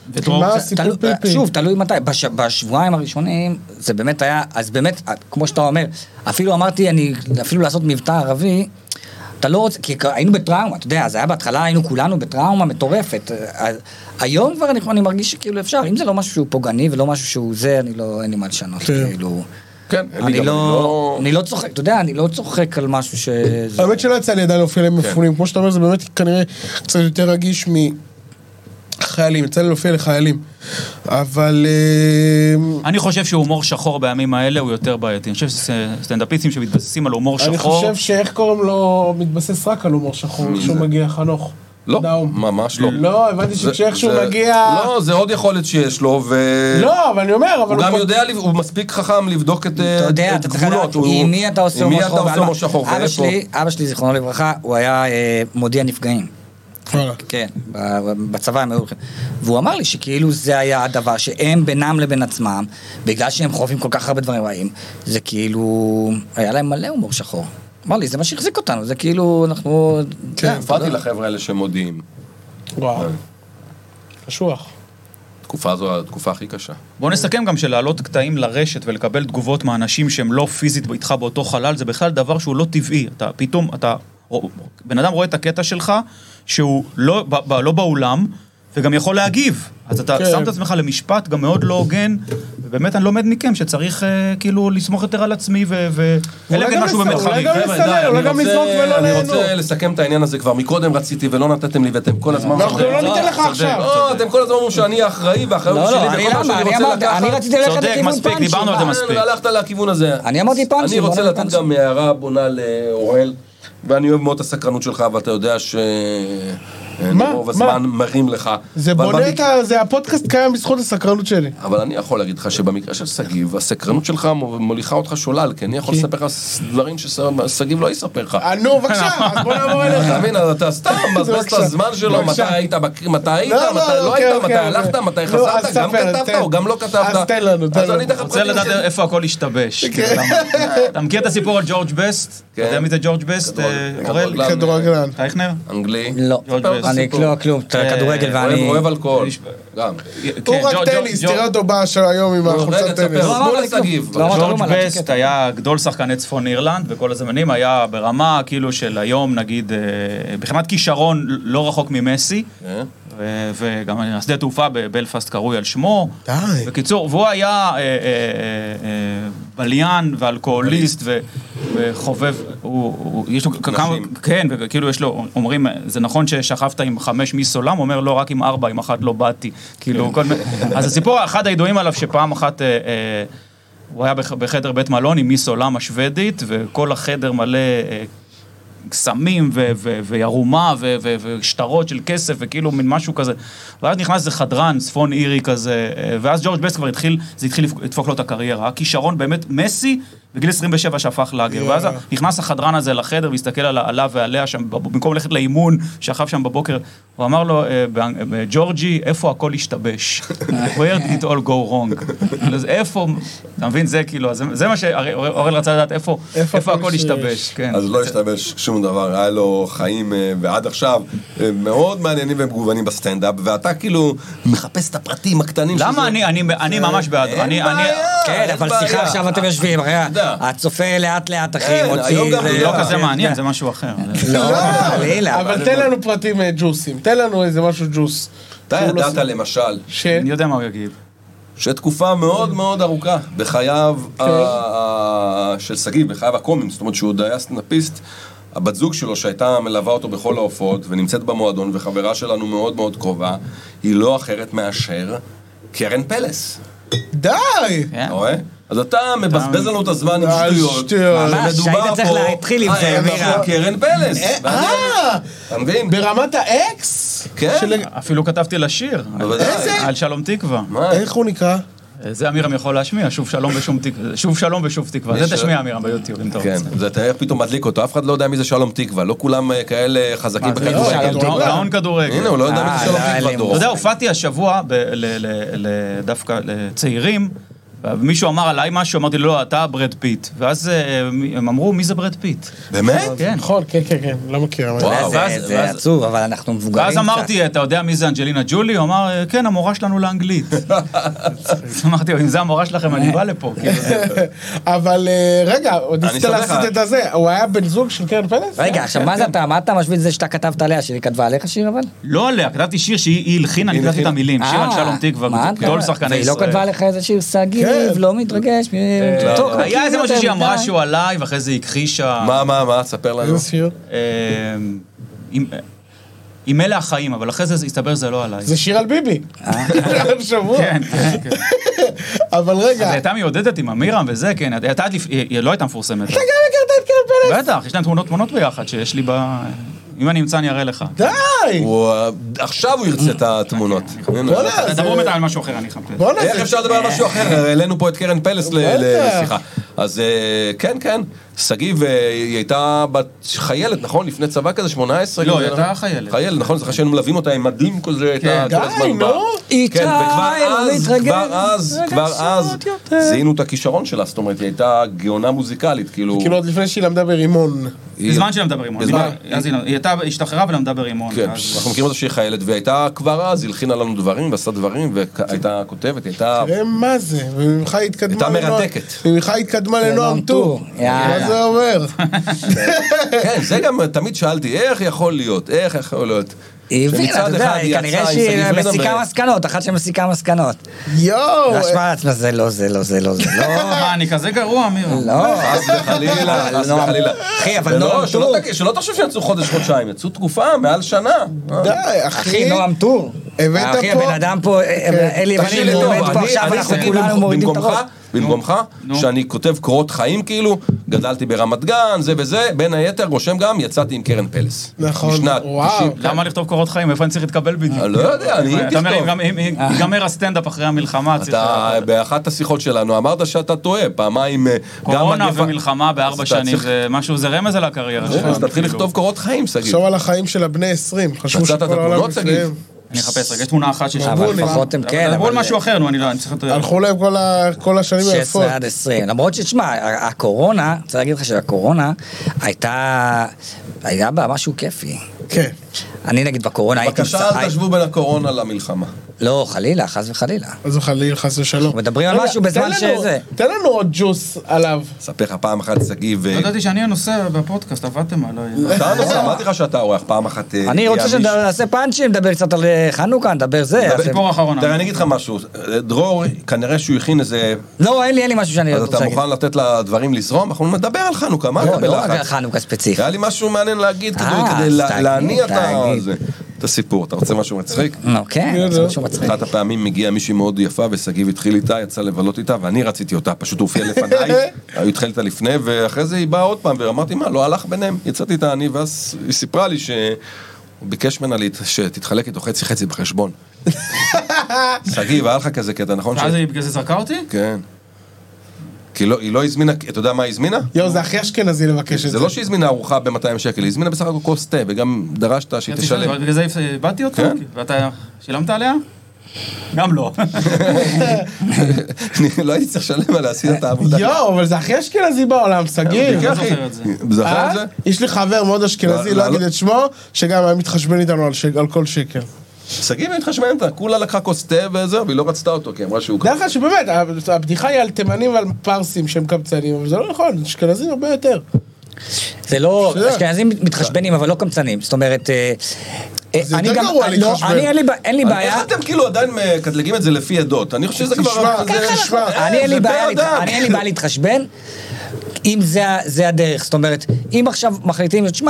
שוב, תלוי מתי, בשבועיים הראשונים זה באמת היה, אז באמת, כמו שאתה אומר, אפילו אמרתי, אני אפילו לעשות מבטא ערבי, אתה לא רוצה, כי היינו בטראומה, אתה יודע, זה היה בהתחלה, היינו כולנו בטראומה מטורפת. היום כבר אני מרגיש שכאילו אפשר, אם זה לא משהו שהוא פוגעני ולא משהו שהוא זה, אני לא, אין לי מה לשנות, כאילו. כן, אני לא, אני לא צוחק, אתה יודע, אני לא צוחק על משהו ש... האמת שלא יצא לי עדיין להופיע להם מפונים, כמו שאתה אומר, זה באמת כנראה קצת יותר רגיש מחיילים, יצא לי להופיע לחיילים. אבל... אני חושב שהומור שחור בימים האלה הוא יותר בעייתי. אני חושב שסטנדאפיסטים שמתבססים על הומור שחור... אני חושב שאיך קוראים לו מתבסס רק על הומור שחור, כשהוא מגיע חנוך. לא, ממש לא. לא, הבנתי שכשאיכשהו מגיע... לא, זה עוד יכולת שיש לו, ו... לא, אבל אני אומר, אבל... הוא גם יודע, הוא מספיק חכם לבדוק את גבולות. אתה יודע, אתה צריך לדעת, עם מי אתה עושה ראש שחור, ואיפה? אבא שלי, זיכרונו לברכה, הוא היה מודיע נפגעים. כן, בצבא הם היו הולכים. והוא אמר לי שכאילו זה היה הדבר שהם בינם לבין עצמם, בגלל שהם חווים כל כך הרבה דברים רעים, זה כאילו, היה להם מלא הומור שחור. אמר לי, זה מה שהחזיק אותנו, זה כאילו, אנחנו... כן, פרטי לחבר'ה האלה שמודיעים. וואו, קשוח. תקופה זו התקופה הכי קשה. בוא נסכם גם שלהעלות קטעים לרשת ולקבל תגובות מאנשים שהם לא פיזית איתך באותו חלל, זה בכלל דבר שהוא לא טבעי. אתה פתאום, אתה... בן אדם רואה את הקטע שלך, שהוא לא, ב, לא באולם, וגם יכול להגיב. אז אתה שם את עצמך למשפט גם מאוד לא הוגן, ובאמת אני לומד מכם שצריך כאילו לסמוך יותר על עצמי, ואלה כן משהו באמת חריג. אולי גם לסמוך ולא אני רוצה לסכם את העניין הזה כבר מקודם רציתי ולא נתתם לי, ואתם כל הזמן... אנחנו לא ניתן לך עכשיו. לא, אתם כל הזמן אומרים שאני אחראי, והאחריות שלי, וכל מה שאני רוצה לקחת. אני רציתי ללכת לכיוון פאנצ'י. דיברנו על זה מספיק. הלכת לכיוון הזה. אני אמרתי פאנצ'י. אני רוצה לתת גם הערה בונה לאורל, ואני אוהב מאוד את הסקרנות שלך, ואתה יודע ש... רוב הזמן מרים לך. זה בונה את ה... זה הפודקאסט קיים בזכות הסקרנות שלי. אבל אני יכול להגיד לך שבמקרה של סגיב, הסקרנות שלך מוליכה אותך שולל, כי אני יכול לספר לך דברים שסגיב לא יספר לך. נו, בבקשה, אז בוא נעבור אליך. אתה מבין, אתה סתם מבזבז את הזמן שלו, מתי היית, מתי היית, מתי לא היית, מתי הלכת, מתי חזרת, גם כתבת או גם לא כתבת. אז תן לנו, תן לנו. אני רוצה לדעת איפה הכל השתבש. אתה מכיר את הסיפור על ג'ורג' בסט? אתה יודע מי זה ג'ורג' בסט? כדורגלן. טייכנר? אנגלי. לא. אני לא, כלום, כדורגל ואני... אוהב אלכוהול, גם. הוא רק טניס, תראה אותו בא של היום עם החולצת טניס. ג'ורג' בסט היה גדול שחקני צפון אירלנד, וכל הזמנים היה ברמה כאילו של היום, נגיד, בכמעט כישרון לא רחוק ממסי, וגם השדה תעופה בבלפאסט קרוי על שמו. די. בקיצור, והוא היה בליין ואלכוהוליסט וחובב, יש לו כמה, כן, וכאילו יש לו, אומרים, זה נכון ששכבת עם חמש מיס עולם, אומר לא, רק עם ארבע, עם אחת לא באתי. כאילו, אז הסיפור, אחד הידועים עליו שפעם אחת, הוא היה בחדר בית מלון עם מיס עולם השוודית, וכל החדר מלא סמים וירומה ושטרות של כסף וכאילו מין משהו כזה. ואז נכנס זה חדרן, צפון אירי כזה, ואז ג'ורג' בסט כבר התחיל, זה התחיל לדפוק לו את הקריירה. הכישרון באמת מסי בגיל עשרים ושבע שהפך לאגר. ואז נכנס החדרן הזה לחדר והסתכל עליו ועליה שם, במקום ללכת לאימון שכב שם בבוקר, הוא אמר לו, ג'ורג'י, איפה הכל השתבש? Where did it all go wrong? איפה, אתה מבין, זה כאילו, זה מה שאורל רצה לדעת, איפה הכל השתבש? אז לא השתבש שום דבר, היה לו חיים ועד עכשיו מאוד מעניינים ומגוונים בסטנדאפ, ואתה כאילו מחפש את הפרטים הקטנים. למה? אני ממש בעד. כן, אבל סליחה, עכשיו אתם יושבים, הצופה לאט לאט אחי מוציא. לא כזה מעניין, זה משהו אחר. אבל תן לנו פרטים ג'וסים, תן לנו איזה משהו ג'וס. אתה ידעת למשל, אני יודע מה הוא יגיד. שתקופה מאוד מאוד ארוכה בחייו של סגיב, בחייו הקומיים, זאת אומרת שהוא עוד היה סטנדאפיסט, הבת זוג שלו שהייתה מלווה אותו בכל ההופעות ונמצאת במועדון וחברה שלנו מאוד מאוד קרובה, היא לא אחרת מאשר קרן פלס. די! אתה רואה? אז אתה מבזבז לנו את הזמן עם שטויות. ממש, שהיית צריך להתחיל עם זה, מירה. קרן פלס. אה! אתה מבין? ברמת האקס? כן. אפילו כתבתי לשיר. איזה? על שלום תקווה. איך הוא נקרא? זה אמירם יכול להשמיע, שוב שלום ושום תקווה. שוב שלום ושוב תקווה. זה תשמיע אמירם ביוטיוב, אם אתה רוצה. כן, זה תראה פתאום מדליק אותו. אף אחד לא יודע מי זה שלום תקווה. לא כולם כאלה חזקים בכדורגל. גאון כדורגל. הנה, הוא לא יודע מי זה שלום תקווה. אתה יודע, הופעתי השבוע דווקא לצעירים, ומישהו אמר עליי משהו, אמרתי לו, לא, אתה ברד פיט. ואז הם אמרו, מי זה ברד פיט? באמת? כן. נכון, כן, כן, כן, לא מכיר. זה עצוב, אבל אנחנו מבוגרים. ואז אמרתי, אתה יודע מי זה אנג'לינה ג'ולי? הוא אמר, כן, המורה שלנו לאנגלית. אז אמרתי, אם זה המורה שלכם, אני בא לפה. אבל רגע, עוד ניסית לעשות את הזה, הוא היה בן זוג של קרן פלס? רגע, עכשיו מה זה אתה? מה אתה משוויץ זה שאתה כתבת עליה, שהיא כתבה עליך שיר אבל? לא עליה, כתבתי שיר שהיא הלחינה, אני כתבתי את המילים, שיר על שלום תקווה, גדול שחקני ישראל. והיא לא כתבה עליך איזה שיר סגיב, לא מתרגש. היה איזה משהו שהיא אמרה שהוא עליי, ואחרי זה הכחישה. מה, מה, מה? תספר לנו. איזה שיר? עם אלה החיים, אבל אחרי זה הסתבר זה לא עליי. זה שיר על ביבי. שבוע. כן, כן. אבל רגע. אז הייתה מיודדת עם אמירם וזה, כן, היא לא הייתה מפורסמת. אתה גם הכרת את קרן פלס? בטח, יש להם תמונות תמונות ביחד שיש לי ב... אם אני אמצא אני אראה לך. די! עכשיו הוא ירצה את התמונות. דברו מתי על משהו אחר, אני חמפת. איך אפשר לדבר על משהו אחר? העלינו פה את קרן פלס לשיחה. אז כן, כן. סגיב, היא הייתה חיילת, נכון? לפני צבא כזה, שמונה עשרה. לא, היא הייתה חיילת. חיילת, נכון? זכה שהיינו מלווים אותה עם מדים כזה. די, נו. איתי, לא להתרגל. כבר אז זיהינו את הכישרון שלה, זאת אומרת, היא הייתה גאונה מוזיקלית, כאילו... כאילו עוד לפני שהיא למדה ברימון. בזמן שהיא למדה ברימון. היא הייתה השתחררה ולמדה ברימון. כן, אנחנו מכירים אותה שהיא חיילת, והייתה כבר אז, הלחינה לנו דברים ועשה דברים, והייתה כותבת, הייתה... תראה מה זה, וממך התקדמה... הייתה מרתקת. וממך התקדמה לנועם טור. מה זה אומר? כן, זה גם תמיד שאלתי, איך יכול להיות, איך יכול להיות? היא הבינה, אתה יודע, כנראה שהיא מסיקה מסקנות, אחת שמסיקה מסקנות. יואו! להשמע לעצמה, זה לא, זה לא, זה לא, זה לא. מה, אני כזה גרוע, אמיר? לא. חס וחלילה, חס וחלילה. אחי, אבל נועם טור. שלא תחשוב שיצאו חודש, חודשיים, יצאו תקופה, מעל שנה. די, אחי. אחי, נועם טור. אחי, הבן אדם פה, אלי ואני עומד פה עכשיו, אנחנו כולנו מורידים את הראש. במקומך, שאני כותב קורות חיים כאילו, גדלתי ברמת גן, זה וזה, בין היתר רושם גם, יצאתי עם קרן פלס. נכון, וואו. למה לכתוב קורות חיים? איפה אני צריך להתקבל בדיוק? לא יודע, אני אם תכתוב. ייגמר הסטנדאפ אחרי המלחמה. אתה, באחת השיחות שלנו, אמרת שאתה טועה, פעמיים... קורונה ומלחמה בארבע שנים, זה משהו, זה רמז על הקריירה שלנו. אז תתחיל לכתוב קורות חיים, סגיד. חשוב על החיים של הבני עשרים, חשבו שכל העולם בפניהם. אני אחפש רגע, יש תמונה אחת ששבו. אבל לפחות הם כן. דברו על משהו אחר, נו, אני לא, אני צריך... הלכו להם כל השנים היפות. שש עשרה עד עשרים. למרות שתשמע, הקורונה, אני רוצה להגיד לך שהקורונה הייתה, היה בה משהו כיפי. כן. אני נגיד בקורונה הייתי... בבקשה, אל תשבו בין הקורונה למלחמה. לא, חלילה, חס וחלילה. אז חלילה, חס ושלום. מדברים על משהו בזמן שזה. תן לנו עוד ג'וס עליו. ספר לך פעם אחת סגיב ו... לא ידעתי שאני הנושא בפודקאסט, עבדתם עליי. אתה הנושא, אמרתי לך שאתה עורך פעם אחת... אני רוצה שנעשה פאנצ'ים, נדבר קצת על חנוכה, נדבר זה. סיפור אחרון. תראה, אני אגיד לך משהו. דרור, כנראה שהוא הכין איזה... לא, אין לי, אין לי משהו שאני רוצה להגיד. אז אתה מוכן לתת לדברים לזרום? אנחנו נדבר על חנוכה, מה אתה בלחץ? לא, לא חנוכה ספציפי. היה לי משהו מעניין להגיד כדי להניע את הסיפור. אתה רוצה משהו מצחיק? כן, זה משהו מצחיק. אחת הפעמים מגיעה מישהי מאוד יפה וסגיב התחיל איתה, יצא לבלות איתה ואני רציתי אותה, פשוט הוא הופיע לפניי, הוא התחיל איתה לפני ואחרי זה היא באה עוד פעם ואמרתי מה, לא הלך ביניהם, יצאתי איתה אני ואז היא סיפרה לי שהוא ביקש ממנה שתתחלק איתו חצי חצי בחשבון. סגיב, היה לך כזה קטע, נכון? ואז היא בגלל זה זרקה אותי? כן. כי היא לא הזמינה, אתה יודע מה היא הזמינה? יו, זה הכי אשכנזי לבקש את זה. זה לא שהיא הזמינה ארוחה ב-מאתיים שקל, היא הזמינה בסך הכל כוס תה, וגם דרשת שהיא תשלם. בגלל זה איבדתי אותו? ואתה שילמת עליה? גם לא. לא הייתי צריך לשלם עליה, עשית את העבודה. יו, אבל זה הכי אשכנזי בעולם, סגיר. אני זוכר את זה. זוכר את זה? יש לי חבר מאוד אשכנזי, לא אגיד את שמו, שגם היה מתחשבן איתנו על כל שקל. סגיב מתחשבן איתה, כולה לקחה כוס תה וזהו, והיא לא רצתה אותו, כי אמרה שהוא... דרך כלל שבאמת, הבדיחה היא על תימנים ועל פרסים שהם קמצנים, אבל זה לא נכון, אשכנזים הרבה יותר. זה לא, אשכנזים מתחשבנים, אבל לא קמצנים, זאת אומרת... זה יותר גרוע להתחשבן. אני אין לי בעיה... איך אתם כאילו עדיין מקטלגים את זה לפי עדות? אני חושב שזה כבר... אני אין לי בעיה להתחשבן. אם זה הדרך, זאת אומרת, אם עכשיו מחליטים, תשמע,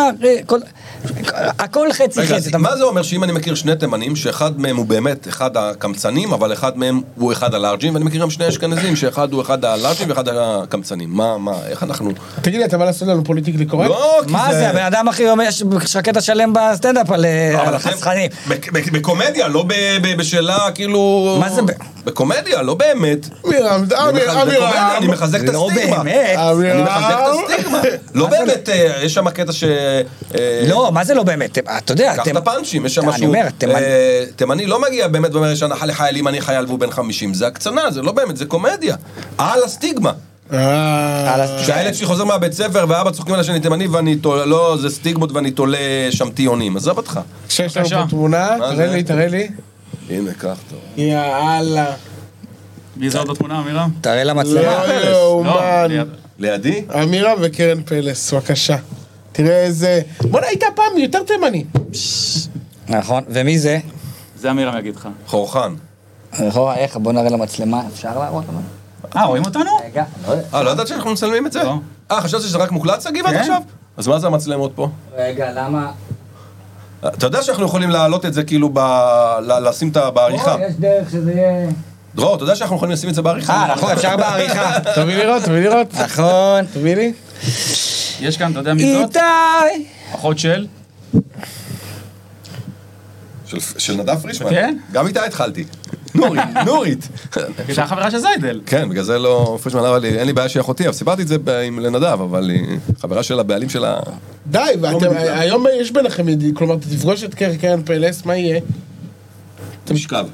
הכל חצי חצי. מה זה אומר שאם אני מכיר שני תימנים, שאחד מהם הוא באמת אחד הקמצנים, אבל אחד מהם הוא אחד הלארג'ים, ואני מכיר גם שני אשכנזים, שאחד הוא אחד הלארג'ים ואחד הקמצנים. מה, מה, איך אנחנו... תגיד לי, אתה בא לעשות לנו פוליטיקלי קורקט? לא, כי זה... מה זה, הבן אדם הכי אומר, יש קטע שלם בסטנדאפ על חסכנים. בקומדיה, לא בשאלה, כאילו... מה זה? בקומדיה, לא באמת. אמירם, אמירם. אני מחזק את הסטיגמה. אני מחזק את הסטיגמה. לא באמת, יש שם קטע ש... לא, מה זה לא באמת? אתה יודע... קח את הפאנצ'ים, יש שם משהו... תימני לא מגיע באמת ואומר, יש הנחה לחיילים, אני חייל והוא בן חמישים. זה הקצנה, זה לא באמת, זה קומדיה. על הסטיגמה. שהילד שלי חוזר מהבית ספר ואבא צוחקים על השני תימני ואני תולה, לא, זה סטיגמות ואני תולה שם טיונים. עזוב אותך. שיש לנו פה תמונה, תראה לי, תראה לי. הנה, קח טוב. יאללה. מי זה עוד בתמונה, אמירה? תראה למצלמה. לא, אומן. לידי? אמירה וקרן פלס, בבקשה. תראה איזה... בוא נהיית פעם יותר תימני. נכון, ומי זה? זה אמירה יגיד לך. חורחן. איך? בוא נראה למצלמה, אפשר להראות לנו? אה, רואים אותנו? רגע, לא יודע. אה, לא יודעת שאנחנו מצלמים את זה? לא. אה, חשבתי שזה רק מוקלט סגיב עד עכשיו? אז מה זה המצלמות פה? רגע, למה? אתה יודע שאנחנו יכולים להעלות את זה כאילו ב... לשים את בעריכה. יש דרך שזה יהיה... דרור, אתה יודע שאנחנו יכולים לשים את זה בעריכה? אה, נכון, אפשר בעריכה. תביא לראות, תביא לראות. נכון. תביא לי. יש כאן, אתה יודע מי זאת? איתי! אחות של? של נדב פרישמן. כן? גם איתה התחלתי. נורית, נורית. זה החברה של זיידל. כן, בגלל זה לא, פרישמן אמר לי, אין לי בעיה שהיא אחותי, אבל סיפרתי את זה לנדב, אבל היא חברה של הבעלים שלה... די, והיום יש ביניכם, כלומר, תפגוש את קרן פלס, מה יהיה? תשכב.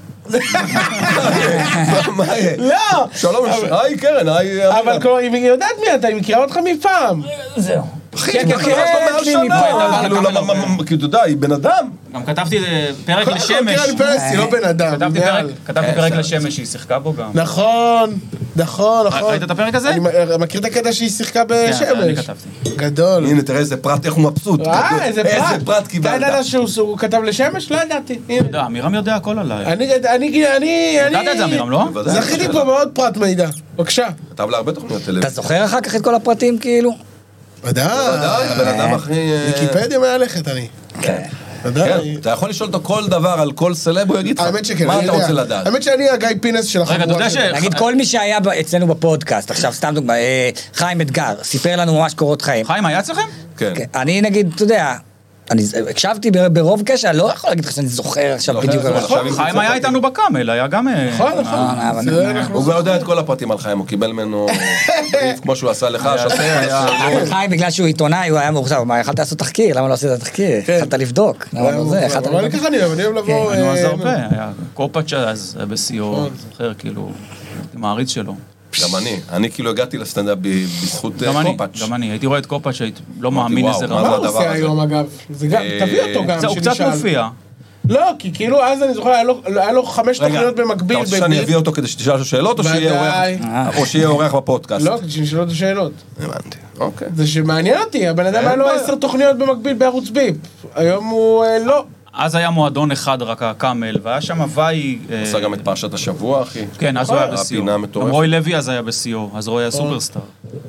מה יהיה? לא! שלום, היי קרן, היי... אבל כלומר, היא יודעת מי אתה, היא מכירה אותך מפעם. זהו. אחי, היא מכירה אותך מעל שנה. כי אתה יודע, היא בן אדם. גם כתבתי פרק לשמש. קרן פלס היא לא בן אדם. כתבתי פרק לשמש שהיא שיחקה בו גם. נכון, נכון, נכון. ראית את הפרק הזה? אני מכיר את הקטע שהיא שיחקה בשמש. כן, אני כתבתי. גדול. הנה, תראה איזה פרט, איך הוא מבסוט. אה, איזה פרט. איזה פרט קיבלת. אתה ידעת שהוא כתב לשמש? לא ידעתי. יודע, אמירם יודע הכל עליי. אני, אני, אני... ידעת את זה, אמירם, לא? זכיתי פה מאוד פרט מידע. בבקשה. כתב לה הרבה תוכניות טלוויזיה. אתה זוכר אחר כך את כל הפרטים כאילו? ודאי. הבן אדם הכי... ויקיפדיה מהלכת אני. כן. ודאי. אתה יכול לשאול אותו כל דבר על כל סלב, הוא יגיד לך. האמת שכן. מה אתה רוצה לדעת? האמת שאני הגיא פינס של החבורה. רגע, אתה יודע ש... נגיד כל מי שהיה אצלנו בפודקאסט, עכשיו סתם דוגמא, חיים אתגר, סיפר לנו ממש קורות חיים. חיים היה אצלכם? כן. אני נגיד, אתה יודע, אני הקשבתי ברוב קשר, אני לא יכול להגיד לך שאני זוכר עכשיו בדיוק. חיים היה איתנו בקאמל, היה גם... נכון, נכון. הוא כבר יודע את כל הפרטים על חיים, הוא קיבל ממנו בריף כמו שהוא עשה לך, אבל חיים, בגלל שהוא עיתונאי, הוא היה מאוכזב, מה, יכלת לעשות תחקיר? למה לא עשית את התחקיר? יכלת לבדוק. אבל ככה אני אוהב, אני אוהב לבוא... היינו אז הרבה, היה קופאץ' אז בסיור, זוכר, כאילו, מעריץ שלו. גם אני, אני כאילו הגעתי לסטנדאפ בזכות קופאץ'. גם אני, הייתי רואה את קופאץ' שהייתי לא מאמין איזה רע. מה הוא עושה היום אגב? תביא אותו גם, הוא קצת מופיע. לא, כי כאילו אז אני זוכר, היה לו חמש תוכניות במקביל. אתה רוצה שאני אביא אותו כדי שתשאל לו שאלות, או שיהיה אורח בפודקאסט? לא, כדי שנשאל אותו שאלות. הבנתי, אוקיי. זה שמעניין אותי, הבן אדם היה לו עשר תוכניות במקביל בערוץ ביפ. היום הוא לא. אז היה מועדון אחד רק הקאמל, והיה שם הוואי... עושה גם את פרשת השבוע, אחי. כן, אז הוא היה בסיור. הפינה מטורפת. רוי לוי אז היה בסיור, אז רוי היה סופרסטאר.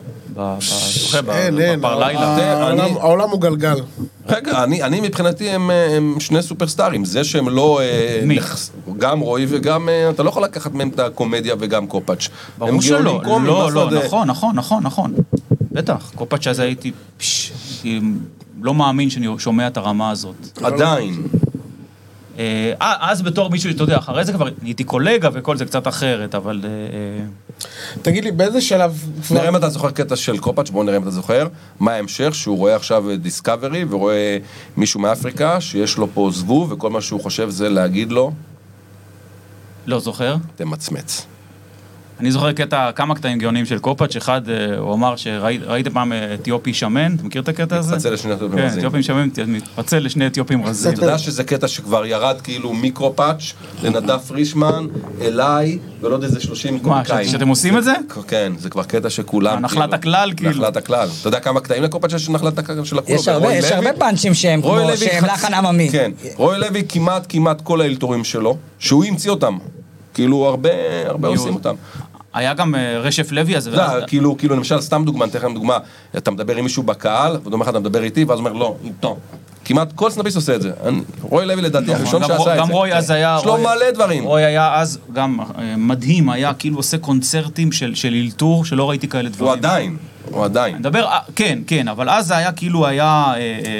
בפר לילה. העולם הוא גלגל. רגע, אני מבחינתי הם שני סופרסטארים. זה שהם לא... מי? גם רוי וגם... אתה לא יכול לקחת מהם את הקומדיה וגם קופאץ'. ברור שלא. לא, לא, נכון, נכון, נכון, נכון. בטח, קופאץ' אז הייתי... לא מאמין שאני שומע את הרמה הזאת. עדיין. אז בתור מישהו, אתה יודע, אחרי זה כבר הייתי קולגה וכל זה קצת אחרת, אבל... תגיד לי, באיזה שלב... נראה אם אתה זוכר קטע של קופאץ', בואו נראה אם אתה זוכר, מה ההמשך, שהוא רואה עכשיו דיסקאברי, ורואה מישהו מאפריקה, שיש לו פה זבוב, וכל מה שהוא חושב זה להגיד לו... לא זוכר. תמצמץ. אני זוכר קטע, כמה קטעים גאונים של קופאץ', אחד הוא אמר שראית פעם אתיופי שמן, אתה מכיר את הקטע הזה? מתפצל לשני אתיופים רזים. כן, אתיופים שמן, מתפצל לשני אתיופים רזים. אתה יודע שזה קטע שכבר ירד כאילו מקופאץ' לנדב פרישמן, אליי, ולא יודע איזה שלושים קומיקאים. מה, שאתם עושים את זה? כן, זה כבר קטע שכולם... נחלת הכלל, כאילו. נחלת הכלל. אתה יודע כמה קטעים לקופאץ' יש נחלת הכלל של הכול? יש הרבה פאנצ'ים שהם כמו, שהם לחן עממי. כן, רוי לוי כמעט כמעט כל האלתורים שלו, שהוא המציא אותם. כאילו הרבה, הרבה עושים אותם. היה גם רשף לוי, אז... לא, כאילו, כאילו, למשל, סתם דוגמה, נתן לכם דוגמה, אתה מדבר עם מישהו בקהל, ודומה לך, אתה מדבר איתי, ואז אומר, לא, איתו. כמעט כל סנאפיסט עושה את זה. רוי לוי לדעתי, הראשון שעשה את זה. גם רוי אז היה... יש לו מלא דברים. רוי היה אז גם מדהים, היה כאילו עושה קונצרטים של אילתור, שלא ראיתי כאלה דברים. הוא עדיין, הוא עדיין. נדבר, כן, כן, אבל אז זה היה כאילו היה...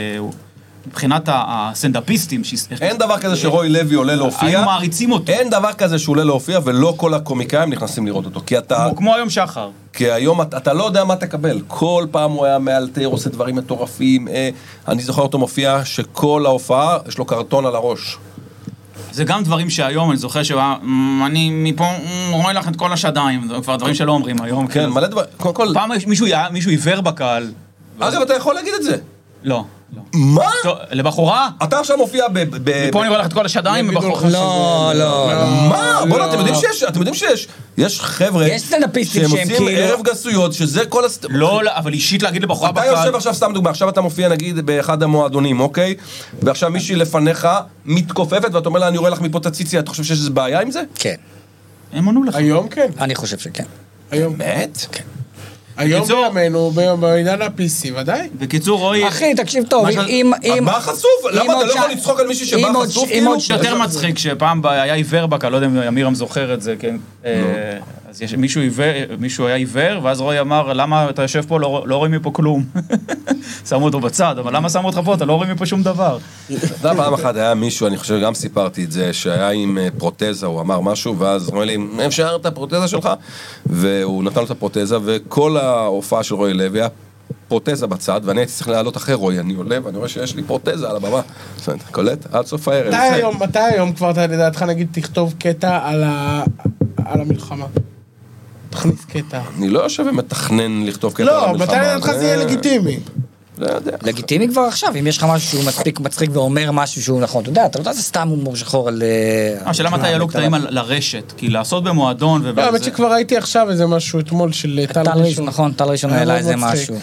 מבחינת הסנדאפיסטים... אין דבר כזה שרוי לוי עולה להופיע. היינו מעריצים אותו. אין דבר כזה שהוא עולה להופיע, ולא כל הקומיקאים נכנסים לראות אותו. כי אתה... כמו היום שחר. כי היום אתה לא יודע מה תקבל. כל פעם הוא היה מאלתר, עושה דברים מטורפים. אני זוכר אותו מופיע שכל ההופעה, יש לו קרטון על הראש. זה גם דברים שהיום, אני זוכר שאני מפה רואה לך את כל השדיים, זה כבר דברים שלא אומרים היום. כן, מלא דבר... פעם מישהו עיוור בקהל. אגב, אתה יכול להגיד את זה. לא. מה? לבחורה? אתה עכשיו מופיע ב... ופה אני רואה לך את כל השדיים בבחורה. לא, לא. מה? בואו, אתם יודעים שיש, אתם יודעים שיש, יש חבר'ה... יש סטנדאפיסטים שהם כאילו... שהם עושים ערב גסויות, שזה כל... לא, אבל אישית להגיד לבחורה בקהל... אתה יושב עכשיו, סתם דוגמה, עכשיו אתה מופיע נגיד באחד המועדונים, אוקיי? ועכשיו מישהי לפניך מתכופפת, ואתה אומר לה, אני רואה לך מפה את הציציה, אתה חושב שיש איזו בעיה עם זה? כן. הם ענו לך. היום כן. אני חושב שכן. היום. באמת? כן. היום בימינו, בעידן ה-פי סי, ודאי. בקיצור, רואי... אחי, תקשיב טוב, אם... מה חשוף? למה אתה לא יכול לצחוק על מישהי שבא חשוף? יותר מצחיק שפעם היה עיוור בקהל, לא יודע אם אמירם זוכר את זה, כן? אז יש, מישהו, עיוור, מישהו היה עיוור, ואז רוי אמר, למה אתה יושב פה, לא, לא רואים מפה כלום. שמו אותו בצד, אבל למה שמו אותך פה, אתה לא רואים מפה שום דבר. אתה יודע, פעם אחת היה מישהו, אני חושב, גם סיפרתי את זה, שהיה עם פרוטזה, הוא אמר משהו, ואז הוא אמר לי, אפשר את הפרוטזה שלך? והוא נתן לו את הפרוטזה, וכל ההופעה של רוי לוי היה פרוטזה בצד, ואני הייתי צריך לעלות אחרי רוי, אני עולה, ואני רואה שיש לי פרוטזה על הבמה. זאת אומרת, קולט, עד סוף הערב. מתי היום כבר, אתה לדעתך, נגיד, תכתוב קטע על המלחמה? תכניס קטע. אני לא יושב ומתכנן לכתוב קטע על המלחמה. לא, מתי לדעתך זה יהיה לגיטימי? לגיטימי כבר עכשיו, אם יש לך משהו שהוא מספיק מצחיק ואומר משהו שהוא נכון, אתה יודע, אתה לא יודע, זה סתם הומור שחור על... השאלה מתי יעלו קטעים לרשת, כי לעשות במועדון לא, האמת שכבר הייתי עכשיו איזה משהו אתמול של טל ראשון. נכון, טל ראשון העלה איזה משהו.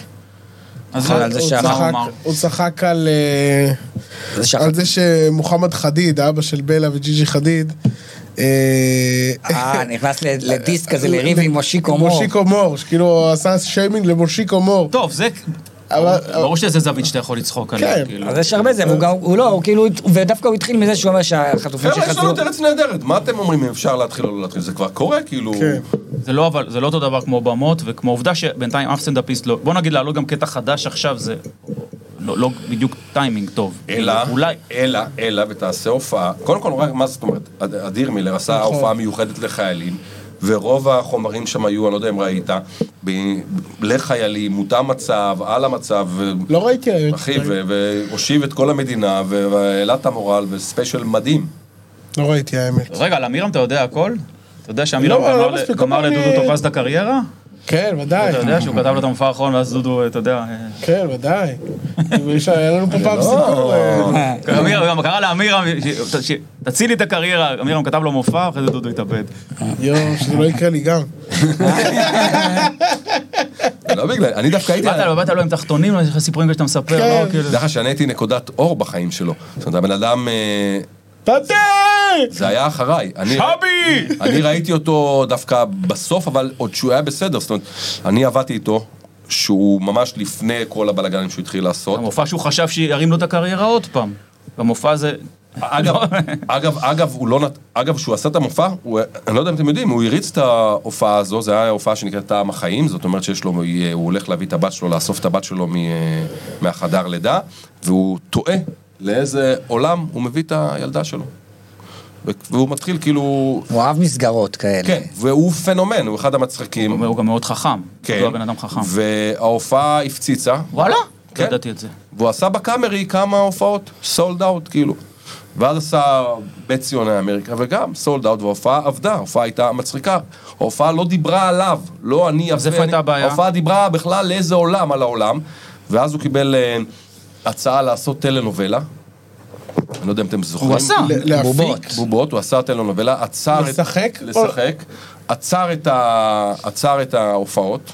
הוא צחק על זה שמוחמד חדיד, האבא של בלה וג'יג'י חדיד, אה, נכנס לדיסק כזה, לריב עם מושיקו מור. מושיקו מור, שכאילו עשה שיימינג למושיקו מור. טוב, זה... ברור שזה זווית שאתה יכול לצחוק עליה. אז יש הרבה זה, והוא לא, הוא כאילו, ודווקא הוא התחיל מזה שהוא אומר שהחטופים שחזרו... יש לנו ארץ נהדרת, מה אתם אומרים, אפשר להתחיל או לא להתחיל? זה כבר קורה, כאילו... זה לא, אבל זה לא אותו דבר כמו במות, וכמו עובדה שבינתיים אף סטנדאפיסט לא... בוא נגיד לעלות גם קטע חדש עכשיו, זה לא בדיוק טיימינג טוב. אלא, אלא, אלא, ותעשה הופעה. קודם כל, מה זאת אומרת? אדיר מילר עשה הופעה מיוחדת לחיילים, ורוב החומרים שם היו, אני לא יודע אם ראית, לחיילים, מותאם מצב, על המצב. לא ראיתי. אחי, והושיב את כל המדינה, והעלה את המורל, וספיישל מדהים. לא ראיתי, האמת. רגע, על אמירם אתה יודע הכל? אתה יודע שאמירם גמר לדודו טופז את הקריירה? כן, ודאי. אתה יודע שהוא כתב לו את המופע האחרון, ואז דודו, אתה יודע... כן, ודאי. היה לנו פה פעם סיפור. אמירם, קרא לאמירם, תציל לי את הקריירה, אמירם כתב לו מופע, אחרי זה דודו התאבד. יואו, שזה לא יקרה לי גם. לא בגלל, אני דווקא הייתי... באת לו, באת לו עם תחתונים, יש לך סיפורים כאלה שאתה מספר, לא? דרך שאני הייתי נקודת אור בחיים שלו. זאת אומרת, הבן אדם... תתה! זה היה אחריי. שבי! אני ראיתי אותו דווקא בסוף, אבל עוד שהוא היה בסדר. זאת אומרת, אני עבדתי איתו, שהוא ממש לפני כל הבלגנים שהוא התחיל לעשות. המופע שהוא חשב שירים לו את הקריירה עוד פעם. במופע הזה... אגב, אגב, אגב, הוא לא נת... אגב, שהוא עשה את המופע, הוא... אני לא יודע אם אתם יודעים, הוא הריץ את ההופעה הזו, זה היה הופעה שנקראת טעם החיים, זאת אומרת שיש לו, הוא הולך להביא את הבת שלו, לאסוף את הבת שלו מהחדר לידה, והוא טועה לאיזה עולם הוא מביא את הילדה שלו. והוא מתחיל כאילו... הוא אוהב מסגרות כאלה. כן, והוא פנומן, הוא אחד המצחיקים. הוא גם מאוד חכם. כן. הוא בן אדם חכם. וההופעה הפציצה. וואלה? כן. ידעתי את זה. והוא עשה בקאמרי כמה הופעות, סולד אאוט כאילו. ואז עשה בית ציוני אמריקה, וגם סולד אאוט, וההופעה עבדה, ההופעה הייתה מצחיקה. ההופעה לא דיברה עליו, לא אני יפה. אז איפה הייתה הבעיה? ההופעה דיברה בכלל לאיזה עולם על העולם, ואז הוא קיבל הצעה לעשות טלנובלה. אני לא יודע אם אתם זוכרים. הוא עשה. להפיק. בובות, הוא עשה טלנובלה, עצר... לשחק? לשחק. עצר את ה... עצר את ההופעות,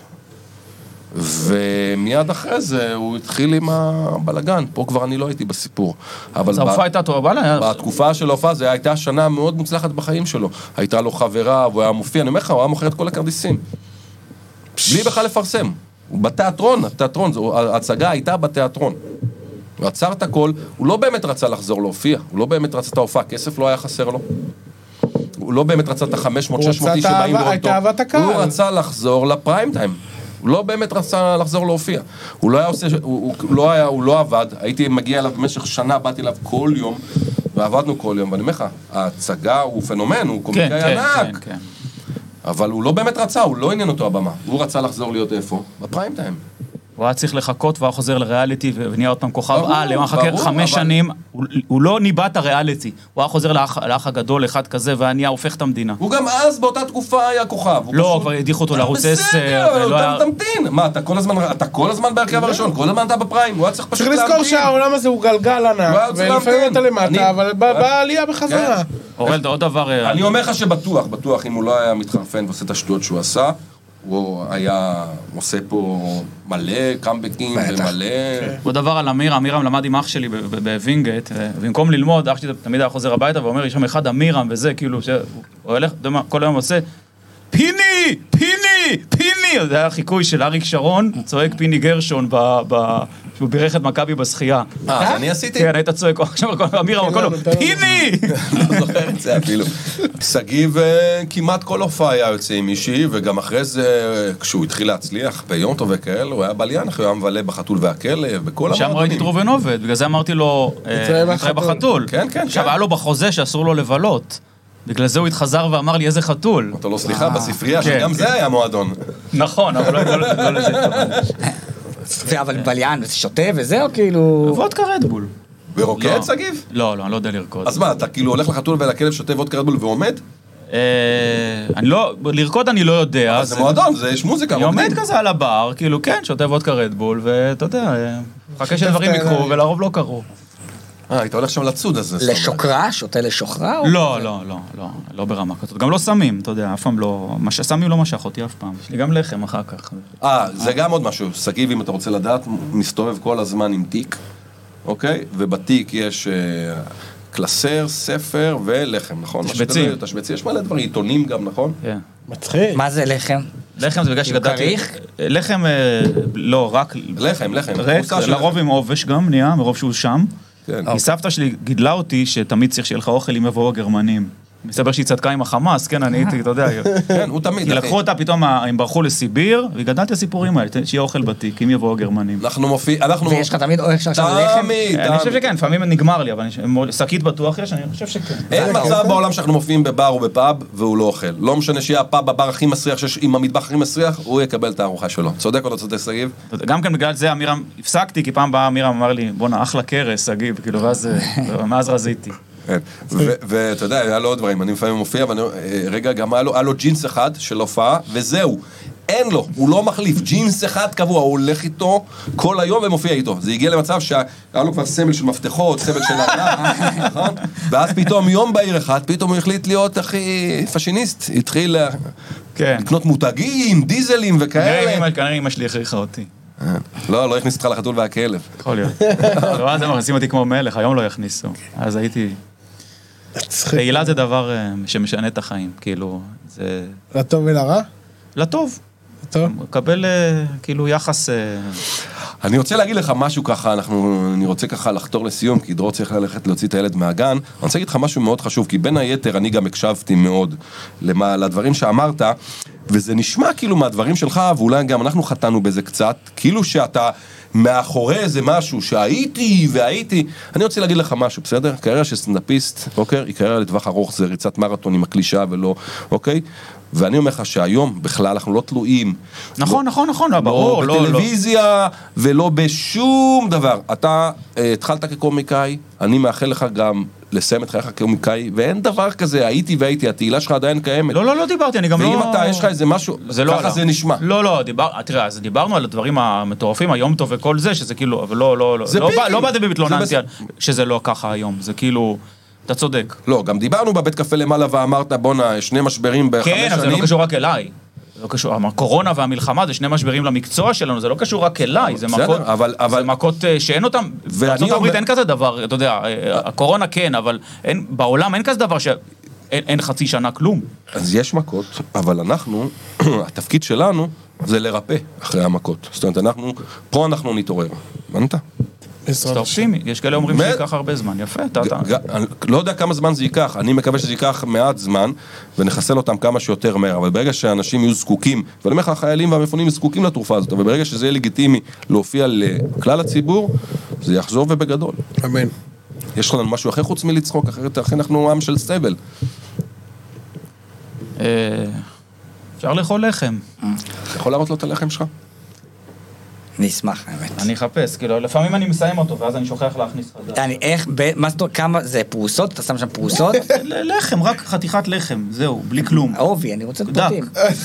ומיד אחרי זה הוא התחיל עם הבלגן. פה כבר אני לא הייתי בסיפור. אז ההופעה הייתה טובה? בתקופה של ההופעה, זו הייתה שנה מאוד מוצלחת בחיים שלו. הייתה לו חברה, והוא היה מופיע, אני אומר לך, הוא היה מוכר את כל הכרטיסים. בלי בכלל לפרסם. בתיאטרון, התיאטרון, ההצגה הייתה בתיאטרון. הוא עצר את הכל, הוא לא באמת רצה לחזור להופיע, הוא לא באמת רצה את ההופעה, כסף לא היה חסר לו. הוא לא באמת רצה את ה-חמש מאות שש מאות איש שבאים לראות אותו. הוא רצה לחזור לפריים טיים. הוא לא באמת רצה לחזור להופיע. הוא לא היה עושה, הוא לא היה, הוא לא עבד, הייתי מגיע אליו במשך שנה, באתי אליו כל יום, ועבדנו כל יום, ואני אומר לך, ההצגה הוא פנומן, הוא קומיקאי ענק. אבל הוא לא באמת רצה, הוא לא עניין אותו הבמה. הוא רצה לחזור להיות איפה? בפריים טיים. הוא היה צריך לחכות והוא חוזר לריאליטי ונהיה עוד פעם כוכב על, הוא חכה חמש שנים, הוא לא ניבא את הריאליטי, הוא היה חוזר לאח הגדול, אחד כזה, והניה הופך את המדינה. הוא גם אז באותה תקופה היה כוכב. לא, כבר הדיחו אותו לערוץ עשר. בסדר, תמתין. מה, אתה כל הזמן, אתה כל הזמן בהרכב הראשון, כל הזמן אתה בפריים, הוא היה צריך פשוט להמתין. צריך לזכור שהעולם הזה הוא גלגל ענק, ולפעמים אתה למטה, אבל באה עלייה בחזרה. אורל, עוד דבר... אני אומר לך שבטוח, בטוח, אם הוא לא היה מתחרפן ועושה את השטויות שהוא עשה, הוא היה עושה פה מלא קאמבקים ומלא... עוד דבר על אמירם, אמירם למד עם אח שלי בווינגייט, ובמקום ללמוד, אח שלי תמיד היה חוזר הביתה ואומר, יש שם אחד אמירם וזה, כאילו, הוא הולך, כל היום עושה, פיני! פיני! פיני! זה היה חיקוי של אריק שרון, צועק פיני גרשון שהוא בירך את מכבי בשחייה. אה, אני עשיתי? כן, היית צועק, עכשיו אמיר המקולו, פיני! לא זוכר את זה אפילו. שגיב כמעט כל הופעה היה יוצא עם אישי, וגם אחרי זה, כשהוא התחיל להצליח ביום טוב וכאלה, הוא היה בליין, הוא היה מבלה בחתול והכלב, בכל המועדונים. שם ראיתי את ראובן עובד, בגלל זה אמרתי לו, נתראה בחתול. כן, כן. עכשיו, היה לו בחוזה שאסור לו לבלות. בגלל זה הוא התחזר ואמר לי איזה חתול. אתה לא סליחה, בספרייה, שגם זה היה מועדון. נכון, אבל לא לזה. אבל בליין, שותה וזהו, כאילו... וודקה רדבול. ורוקד, שגיב? לא, לא, אני לא יודע לרקוד. אז מה, אתה כאילו הולך לחתול ולכלב שותה וודקה רדבול ועומד? אני לא, לרקוד אני לא יודע. זה מועדון, זה יש מוזיקה. אני עומד כזה על הבר, כאילו כן, שותה וודקה רדבול, ואתה יודע, חכה שדברים יקרו, ולרוב לא קרו. אה, היית הולך שם לצוד הזה. לשוקרה? שותה לשוקרה? לא, לא, לא, לא, לא ברמה כזאת. גם לא סמים, אתה יודע, אף פעם לא... סמים לא משך אותי אף פעם. יש לי גם לחם אחר כך. אה, זה גם עוד משהו. שגיב, אם אתה רוצה לדעת, מסתובב כל הזמן עם תיק, אוקיי? ובתיק יש קלסר, ספר ולחם, נכון? תשבצים. תשבצים, יש מלא דברים, עיתונים גם, נכון? כן. מצחיק. מה זה לחם? לחם זה בגלל שגדלתי... לחם, לא, רק... לחם, לחם. לרוב עם עובש גם נהיה, מרוב שהוא שם. כי סבתא שלי גידלה אותי שתמיד צריך שיהיה לך אוכל אם יבואו הגרמנים. מסתבר שהיא צדקה עם החמאס, כן, אני הייתי, אתה יודע. כן, הוא תמיד. כי לקחו אותה פתאום, הם ברחו לסיביר, וגדלתי הסיפורים האלה, שיהיה אוכל בתיק, אם יבואו הגרמנים. אנחנו מופיע, אנחנו... ויש לך תמיד אוכל שעכשיו לחם? תמיד, אני חושב שכן, לפעמים נגמר לי, אבל שקית בטוח יש, אני חושב שכן. אין מצב בעולם שאנחנו מופיעים בבר או בפאב, והוא לא אוכל. לא משנה שיהיה הפאב בבר הכי מסריח, עם המטבח הכי מסריח, הוא יקבל את הארוחה שלו. צודק או לא צודק, שגיב? גם כן בגלל זה אמירם, הפסקתי, כי פעם באה אמירם אמר לי, בוא נא, אחלה קרס, שגיב, כאילו, ואז, מאז רזיתי. ואתה יודע, היה לו עוד דברים, אני לפעמים מופיע, רגע, גם היה לו ג'ינס אחד של הופעה, וזהו, אין לו, הוא לא מחליף, ג'ינס אחד קבוע, הוא הולך איתו כל היום ומופיע איתו. זה הגיע למצב שהיה לו כבר סמל של מפתחות, סמל של ארנק, נכון? ואז פתאום יום בעיר אחד, פתאום הוא החליט להיות הכי פשיניסט, התחיל לקנות מותגים, דיזלים וכאלה. כנראה אמא שלי הכריחה אותי. לא, לא הכניס אותך לחתול והכלב. יכול להיות. אז הם מכניסים אותי כמו מלך, היום לא יכניסו. אז הייתי... תהילה זה דבר שמשנה את החיים, כאילו, זה... לטוב ולרע? לטוב. לטוב. מקבל כאילו יחס... אני רוצה להגיד לך משהו ככה, אנחנו, אני רוצה ככה לחתור לסיום, כי דרור צריך ללכת להוציא את הילד מהגן. אני רוצה להגיד לך משהו מאוד חשוב, כי בין היתר אני גם הקשבתי מאוד למה, לדברים שאמרת, וזה נשמע כאילו מהדברים שלך, ואולי גם אנחנו חטאנו בזה קצת, כאילו שאתה מאחורי איזה משהו שהייתי והייתי. אני רוצה להגיד לך משהו, בסדר? קריירה של סטנדאפיסט, אוקיי? היא קריירה לטווח ארוך, זה ריצת מרתון עם הקלישה ולא, אוקיי? ואני אומר לך שהיום בכלל אנחנו לא תלויים. נכון, לא, נכון, נכון, ברור. לא בטלוויזיה לא. ולא בשום דבר. אתה uh, התחלת כקומיקאי, אני מאחל לך גם לסיים את חייך כקומיקאי, ואין דבר כזה, הייתי והייתי, התהילה שלך עדיין קיימת. לא, לא, לא דיברתי, אני גם ואם לא... ואם אתה, יש לך איזה משהו, זה ככה לא, זה לא. נשמע. לא, לא, דיבר, תראה, אז דיברנו על הדברים המטורפים, היום טוב וכל זה, שזה כאילו, אבל לא, לא, לא, לא, לא, לא באתי בבתלוננטי, שזה לא ככה היום, זה כאילו... אתה צודק. לא, גם דיברנו בבית קפה למעלה ואמרת, בונה, שני משברים בחמש שנים. כן, אבל זה לא קשור רק אליי. לא קשור, הקורונה והמלחמה זה שני משברים למקצוע שלנו, זה לא קשור רק אליי, זה מכות, אבל, אבל... זה מכות שאין אותם, בארצות הברית אין כזה דבר, אתה יודע, הקורונה כן, אבל אין, בעולם אין כזה דבר שאין אין חצי שנה כלום. אז יש מכות, אבל אנחנו, התפקיד שלנו זה לרפא אחרי המכות. זאת אומרת, אנחנו, פה אנחנו נתעורר. הבנת? אתה אופטימי, יש כאלה אומרים שיקח הרבה זמן, יפה, אתה... לא יודע כמה זמן זה ייקח, אני מקווה שזה ייקח מעט זמן, ונחסל אותם כמה שיותר מהר, אבל ברגע שאנשים יהיו זקוקים, ואני אומר לך, החיילים והמפונים זקוקים לתרופה הזאת, אבל ברגע שזה יהיה לגיטימי להופיע לכלל הציבור, זה יחזור ובגדול. אמן. יש לנו משהו אחר חוץ מלצחוק, אחרת אנחנו עם של סטייבל. אפשר לאכול לחם. אתה יכול להראות לו את הלחם שלך? אני אשמח, האמת. אני אחפש, כאילו, לפעמים אני מסיים אותו, ואז אני שוכח להכניס חדש. אני, איך, מה זאת אומרת, כמה, זה פרוסות? אתה שם שם פרוסות? לחם, רק חתיכת לחם, זהו, בלי כלום. אובי, אני רוצה פרטים.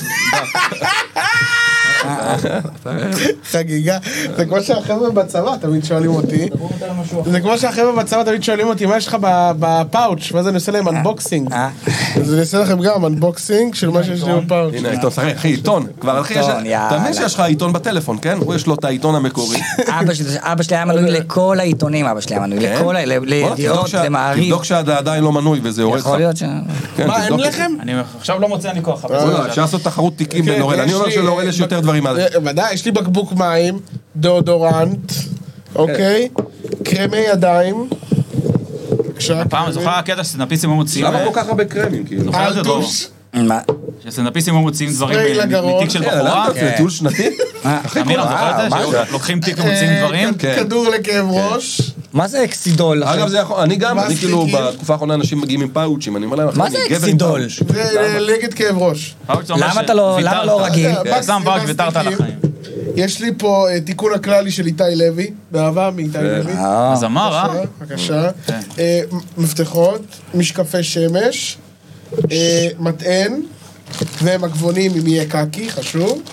חגיגה. זה כמו שהחבר'ה בצבא תמיד שואלים אותי. זה כמו שהחבר'ה בצבא תמיד שואלים אותי, מה יש לך בפאוץ'? ואז אני עושה להם אנבוקסינג. אז אני אעשה לכם גם אנבוקסינג של מה שיש לי בפאוץ'. הנה, עיתון, אחי, עיתון. כבר אחי, אתה מבין שיש לך עיתון בטלפון, כן? הוא יש לו את העיתון המקורי. אבא שלי היה מנוי לכל העיתונים, אבא שלי היה מנוי לכל, לידיעות, למעריב. תבדוק שאתה עדיין לא מנוי וזה יורד לך. יכול להיות ש... מה, אין לכם? אני עכשיו לא מוצא אני כוח. אפשר לעשות תחרות תיקים בין אורל. אני אומר שלאורל יש יותר דברים. ודאי, יש לי בקבוק מים, דאודורנט, אוקיי? קרמי ידיים. הפעם זוכר הקטע שסטנדאפיסטים לא מוציאים... למה כל כך הרבה קרמים, כאילו? אלטוש. מה? שסטנדאפיסטים לא מוציאים דברים מתיק של בחורה. זה טיול שנתי? אמיר, זוכר את זה? שלוקחים תיק ומוציאים דברים? כדור לכאב ראש. מה זה אקסידול? אגב, זה יכול, אני גם, אני כאילו, בתקופה האחרונה אנשים מגיעים עם פאוצ'ים, אני אומר להם, מה זה אקסידול? זה לגד כאב ראש. למה אתה לא רגיל? שם פאוצ' ויתרת על החיים. יש לי פה תיקון הכללי של איתי לוי, באהבה מאיתי לוי. אז אמר, אה? בבקשה. מפתחות, משקפי שמש, מטען, ומגבונים אם יהיה קקי, חשוב.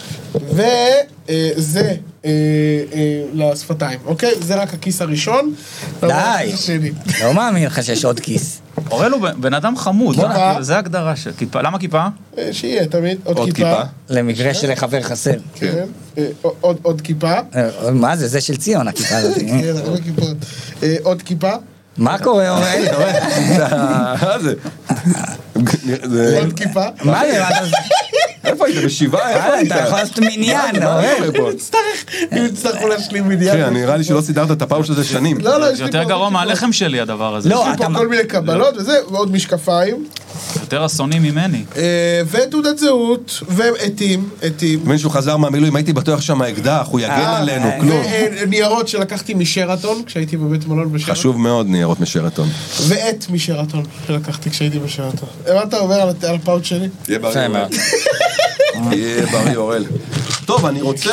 וזה לשפתיים, אוקיי? זה רק הכיס הראשון. די, לא מאמין לך שיש עוד כיס. אורל הוא בן אדם חמוד, זה ההגדרה של כיפה. למה כיפה? שיהיה תמיד, עוד כיפה. למקרה של חבר חסר. כן, עוד כיפה. מה זה? זה של ציון, הכיפה הזאת. כן, הרבה כיפות. עוד כיפה. מה קורה, אורל? מה זה? עוד כיפה. מה זה? איפה היית? בשבעה? איפה היית? אתה יכול לעשות מניין, אורל. אם יצטרכו להשלים מניין. כן, נראה לי שלא סידרת את הפאוש הזה שנים. לא, לא, יש לי פה... יותר גרוע מהלחם שלי הדבר הזה. לא, יש לי פה כל מיני קבלות וזה, ועוד משקפיים. יותר אסונים ממני. ותעודת זהות, ועטים, עטים. מישהו חזר מהמילואים, הייתי בטוח שם האקדח, הוא יגן עלינו, כלום. ניירות שלקחתי משרתון, כשהייתי בבית מלון בשרתון. חשוב מאוד ניירות משרתון. ועט משרתון שלקחתי כשהייתי בשרתון. מה אתה אומר על הפאוט שלי? יהיה בריא אורל. יהיה בריא אורל. טוב, אני רוצה...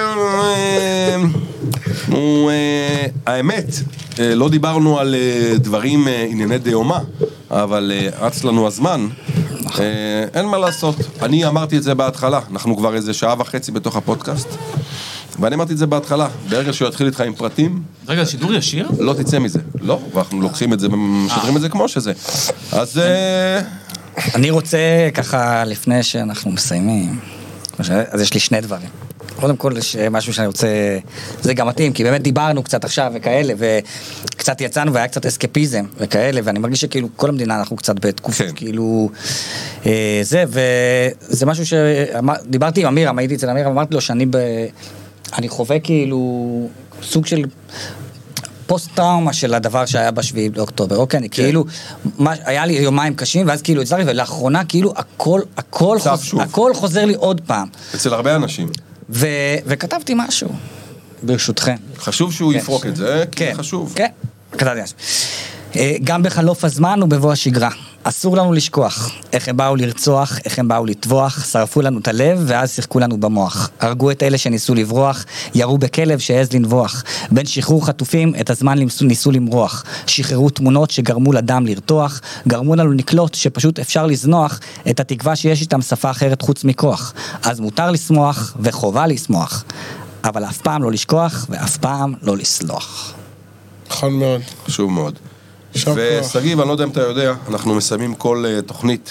האמת, לא דיברנו על דברים, ענייני דיומה, אבל רץ לנו הזמן. אין מה לעשות. אני אמרתי את זה בהתחלה, אנחנו כבר איזה שעה וחצי בתוך הפודקאסט, ואני אמרתי את זה בהתחלה, ברגע שהוא יתחיל איתך עם פרטים... רגע, זה שידור ישיר? לא תצא מזה. לא, ואנחנו לוקחים את זה ומשדרים את זה כמו שזה. אז... אני רוצה ככה, לפני שאנחנו מסיימים, אז יש לי שני דברים. קודם כל, יש משהו שאני רוצה, זה גם מתאים, כי באמת דיברנו קצת עכשיו וכאלה, וקצת יצאנו והיה קצת אסקפיזם וכאלה, ואני מרגיש שכאילו כל המדינה אנחנו קצת בתקופה, כאילו, זה, וזה משהו שדיברתי עם אמיר, הייתי אצל אמיר, אמרתי לו שאני ב... אני חווה כאילו סוג של... פוסט-טראומה של הדבר שהיה בשביעי באוקטובר, אוקיי, אני כאילו, היה לי יומיים קשים, ואז כאילו הצלחתי, ולאחרונה כאילו הכל, הכל, הכל חוזר לי עוד פעם. אצל הרבה אנשים. וכתבתי משהו, ברשותכם. חשוב שהוא יפרוק את זה, כי זה חשוב. כן, כתבתי משהו. גם בחלוף הזמן ובבוא השגרה. אסור לנו לשכוח איך הם באו לרצוח, איך הם באו לטבוח, שרפו לנו את הלב ואז שיחקו לנו במוח. הרגו את אלה שניסו לברוח, ירו בכלב שהעז לנבוח. בין שחרור חטופים את הזמן ניסו למרוח. שחררו תמונות שגרמו לדם לרתוח, גרמו לנו נקלוט שפשוט אפשר לזנוח את התקווה שיש איתם שפה אחרת חוץ מכוח. אז מותר לשמוח וחובה לשמוח, אבל אף פעם לא לשכוח ואף פעם לא לסלוח. נכון מאוד. חשוב מאוד. וסגיב, אני לא יודע אם אתה יודע, אנחנו מסיימים כל uh, תוכנית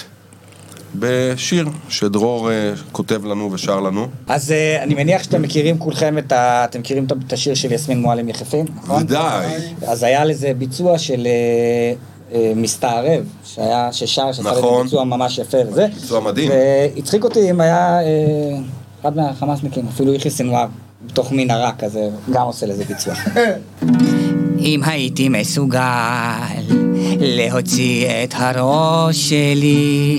בשיר שדרור uh, כותב לנו ושר לנו. אז uh, אני מניח שאתם מכירים כולכם את ה... אתם מכירים את השיר של יסמין מועלם יחפים, נכון? ודאי. אז היה לזה ביצוע של uh, uh, מסתערב, שהיה, ששר, שעשה נכון. לזה ביצוע ממש יפה וזה. ביצוע מדהים. והצחיק אותי אם היה uh, אחד מהחמאסניקים, אפילו יחיא סנוואר, בתוך מנהרה כזה, גם עושה לזה ביצוע. אם הייתי מסוגל להוציא את הראש שלי,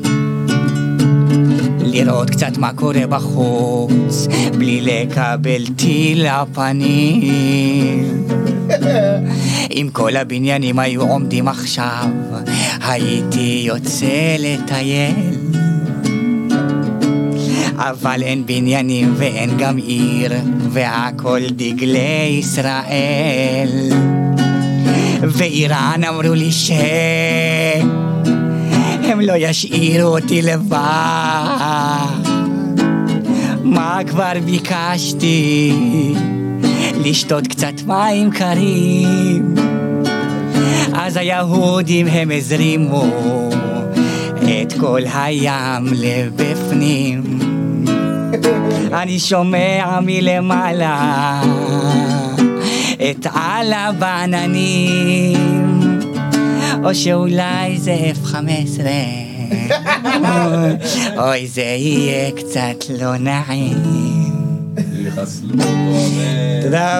לראות קצת מה קורה בחוץ, בלי לקבל טיל לפנים. אם כל הבניינים היו עומדים עכשיו, הייתי יוצא לטייל. אבל אין בניינים ואין גם עיר, והכל דגלי ישראל. ואיראן אמרו לי שהם לא ישאירו אותי לבד. מה כבר ביקשתי? לשתות קצת מים קרים. אז היהודים הם הזרימו את כל הים לבפנים. אני שומע מלמעלה את על הבעננים, או שאולי זה אף חמש עשרה. אוי, זה יהיה קצת לא נעים. יחסלו אותו ואת... תודה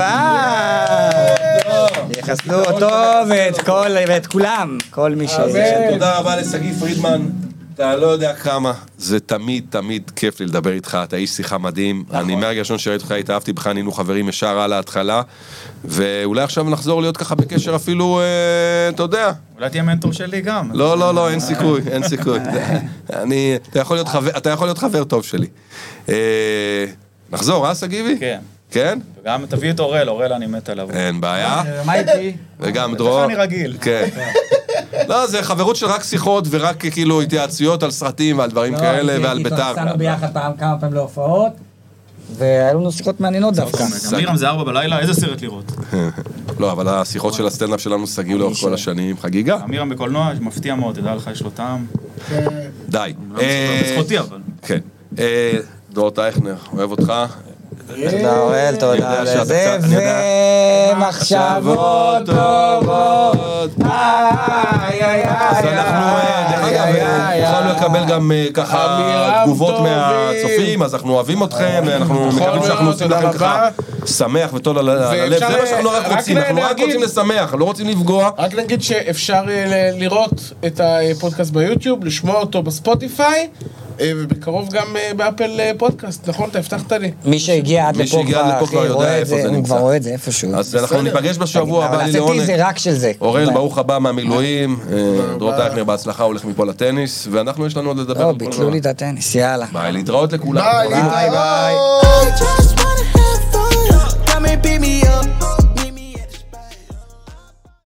רבה! יחסלו אותו ואת כולם, כל מי ש... תודה רבה לשגיא פרידמן. אתה לא יודע כמה, זה תמיד תמיד כיף לי לדבר איתך, אתה איש שיחה מדהים, אני מהרגע ראשון שראיתי אותך, התאהבתי בך, היינו חברים ישר על ההתחלה, ואולי עכשיו נחזור להיות ככה בקשר אפילו, אתה יודע. אולי תהיה מנטור שלי גם. לא, לא, לא, אין סיכוי, אין סיכוי. אני, אתה יכול להיות חבר, אתה יכול להיות חבר טוב שלי. נחזור, אה, סגיבי? כן. כן? וגם תביא את אורל, אורל אני מת עליו. אין בעיה. מה איתי? וגם דרור. איך אני רגיל. כן. לא, זה חברות של רק שיחות ורק כאילו התייעצויות על סרטים ועל דברים כאלה ועל ביתר. התפרסמנו ביחד כמה פעמים להופעות, והיו לנו שיחות מעניינות דווקא. אמירם זה ארבע בלילה, איזה סרט לראות? לא, אבל השיחות של הסטנדאפ שלנו סגיעו לאורך כל השנים, חגיגה. אמירם בקולנוע, מפתיע מאוד, תדע לך, יש לו טעם. די. בזכותי אבל. כן. דרור טייכנר, אוהב אותך. תודה אורל, תודה לזה, ומחשבות טובות. אז אנחנו, דרך אגב, יכולנו לקבל גם ככה תגובות מהצופים, אז אנחנו אוהבים אתכם, ואנחנו מקווים שאנחנו עושים לכם ככה שמח וטול על הלב, זה מה שאנחנו רק רוצים, אנחנו רק רוצים לשמח, לא רוצים לפגוע. רק נגיד שאפשר לראות את הפודקאסט ביוטיוב, לשמוע אותו בספוטיפיי, ובקרוב גם באפל פודקאסט, נכון? אתה הבטחת לי. מי שהגיע עד לפה כבר רואה את זה, הוא כבר רואה את זה איפשהו. אז אנחנו ניפגש בשבוע הבא, אבל עשיתי זה רק של זה. אורל, ברוך הבא מהמילואים, דרור טייכנר בהצלחה, הולך מפה לטניס, ואנחנו יש לנו עוד לדבר. לא, ביטלו לי את הטניס, יאללה. ביי, להתראות לכולם. ביי, ביי.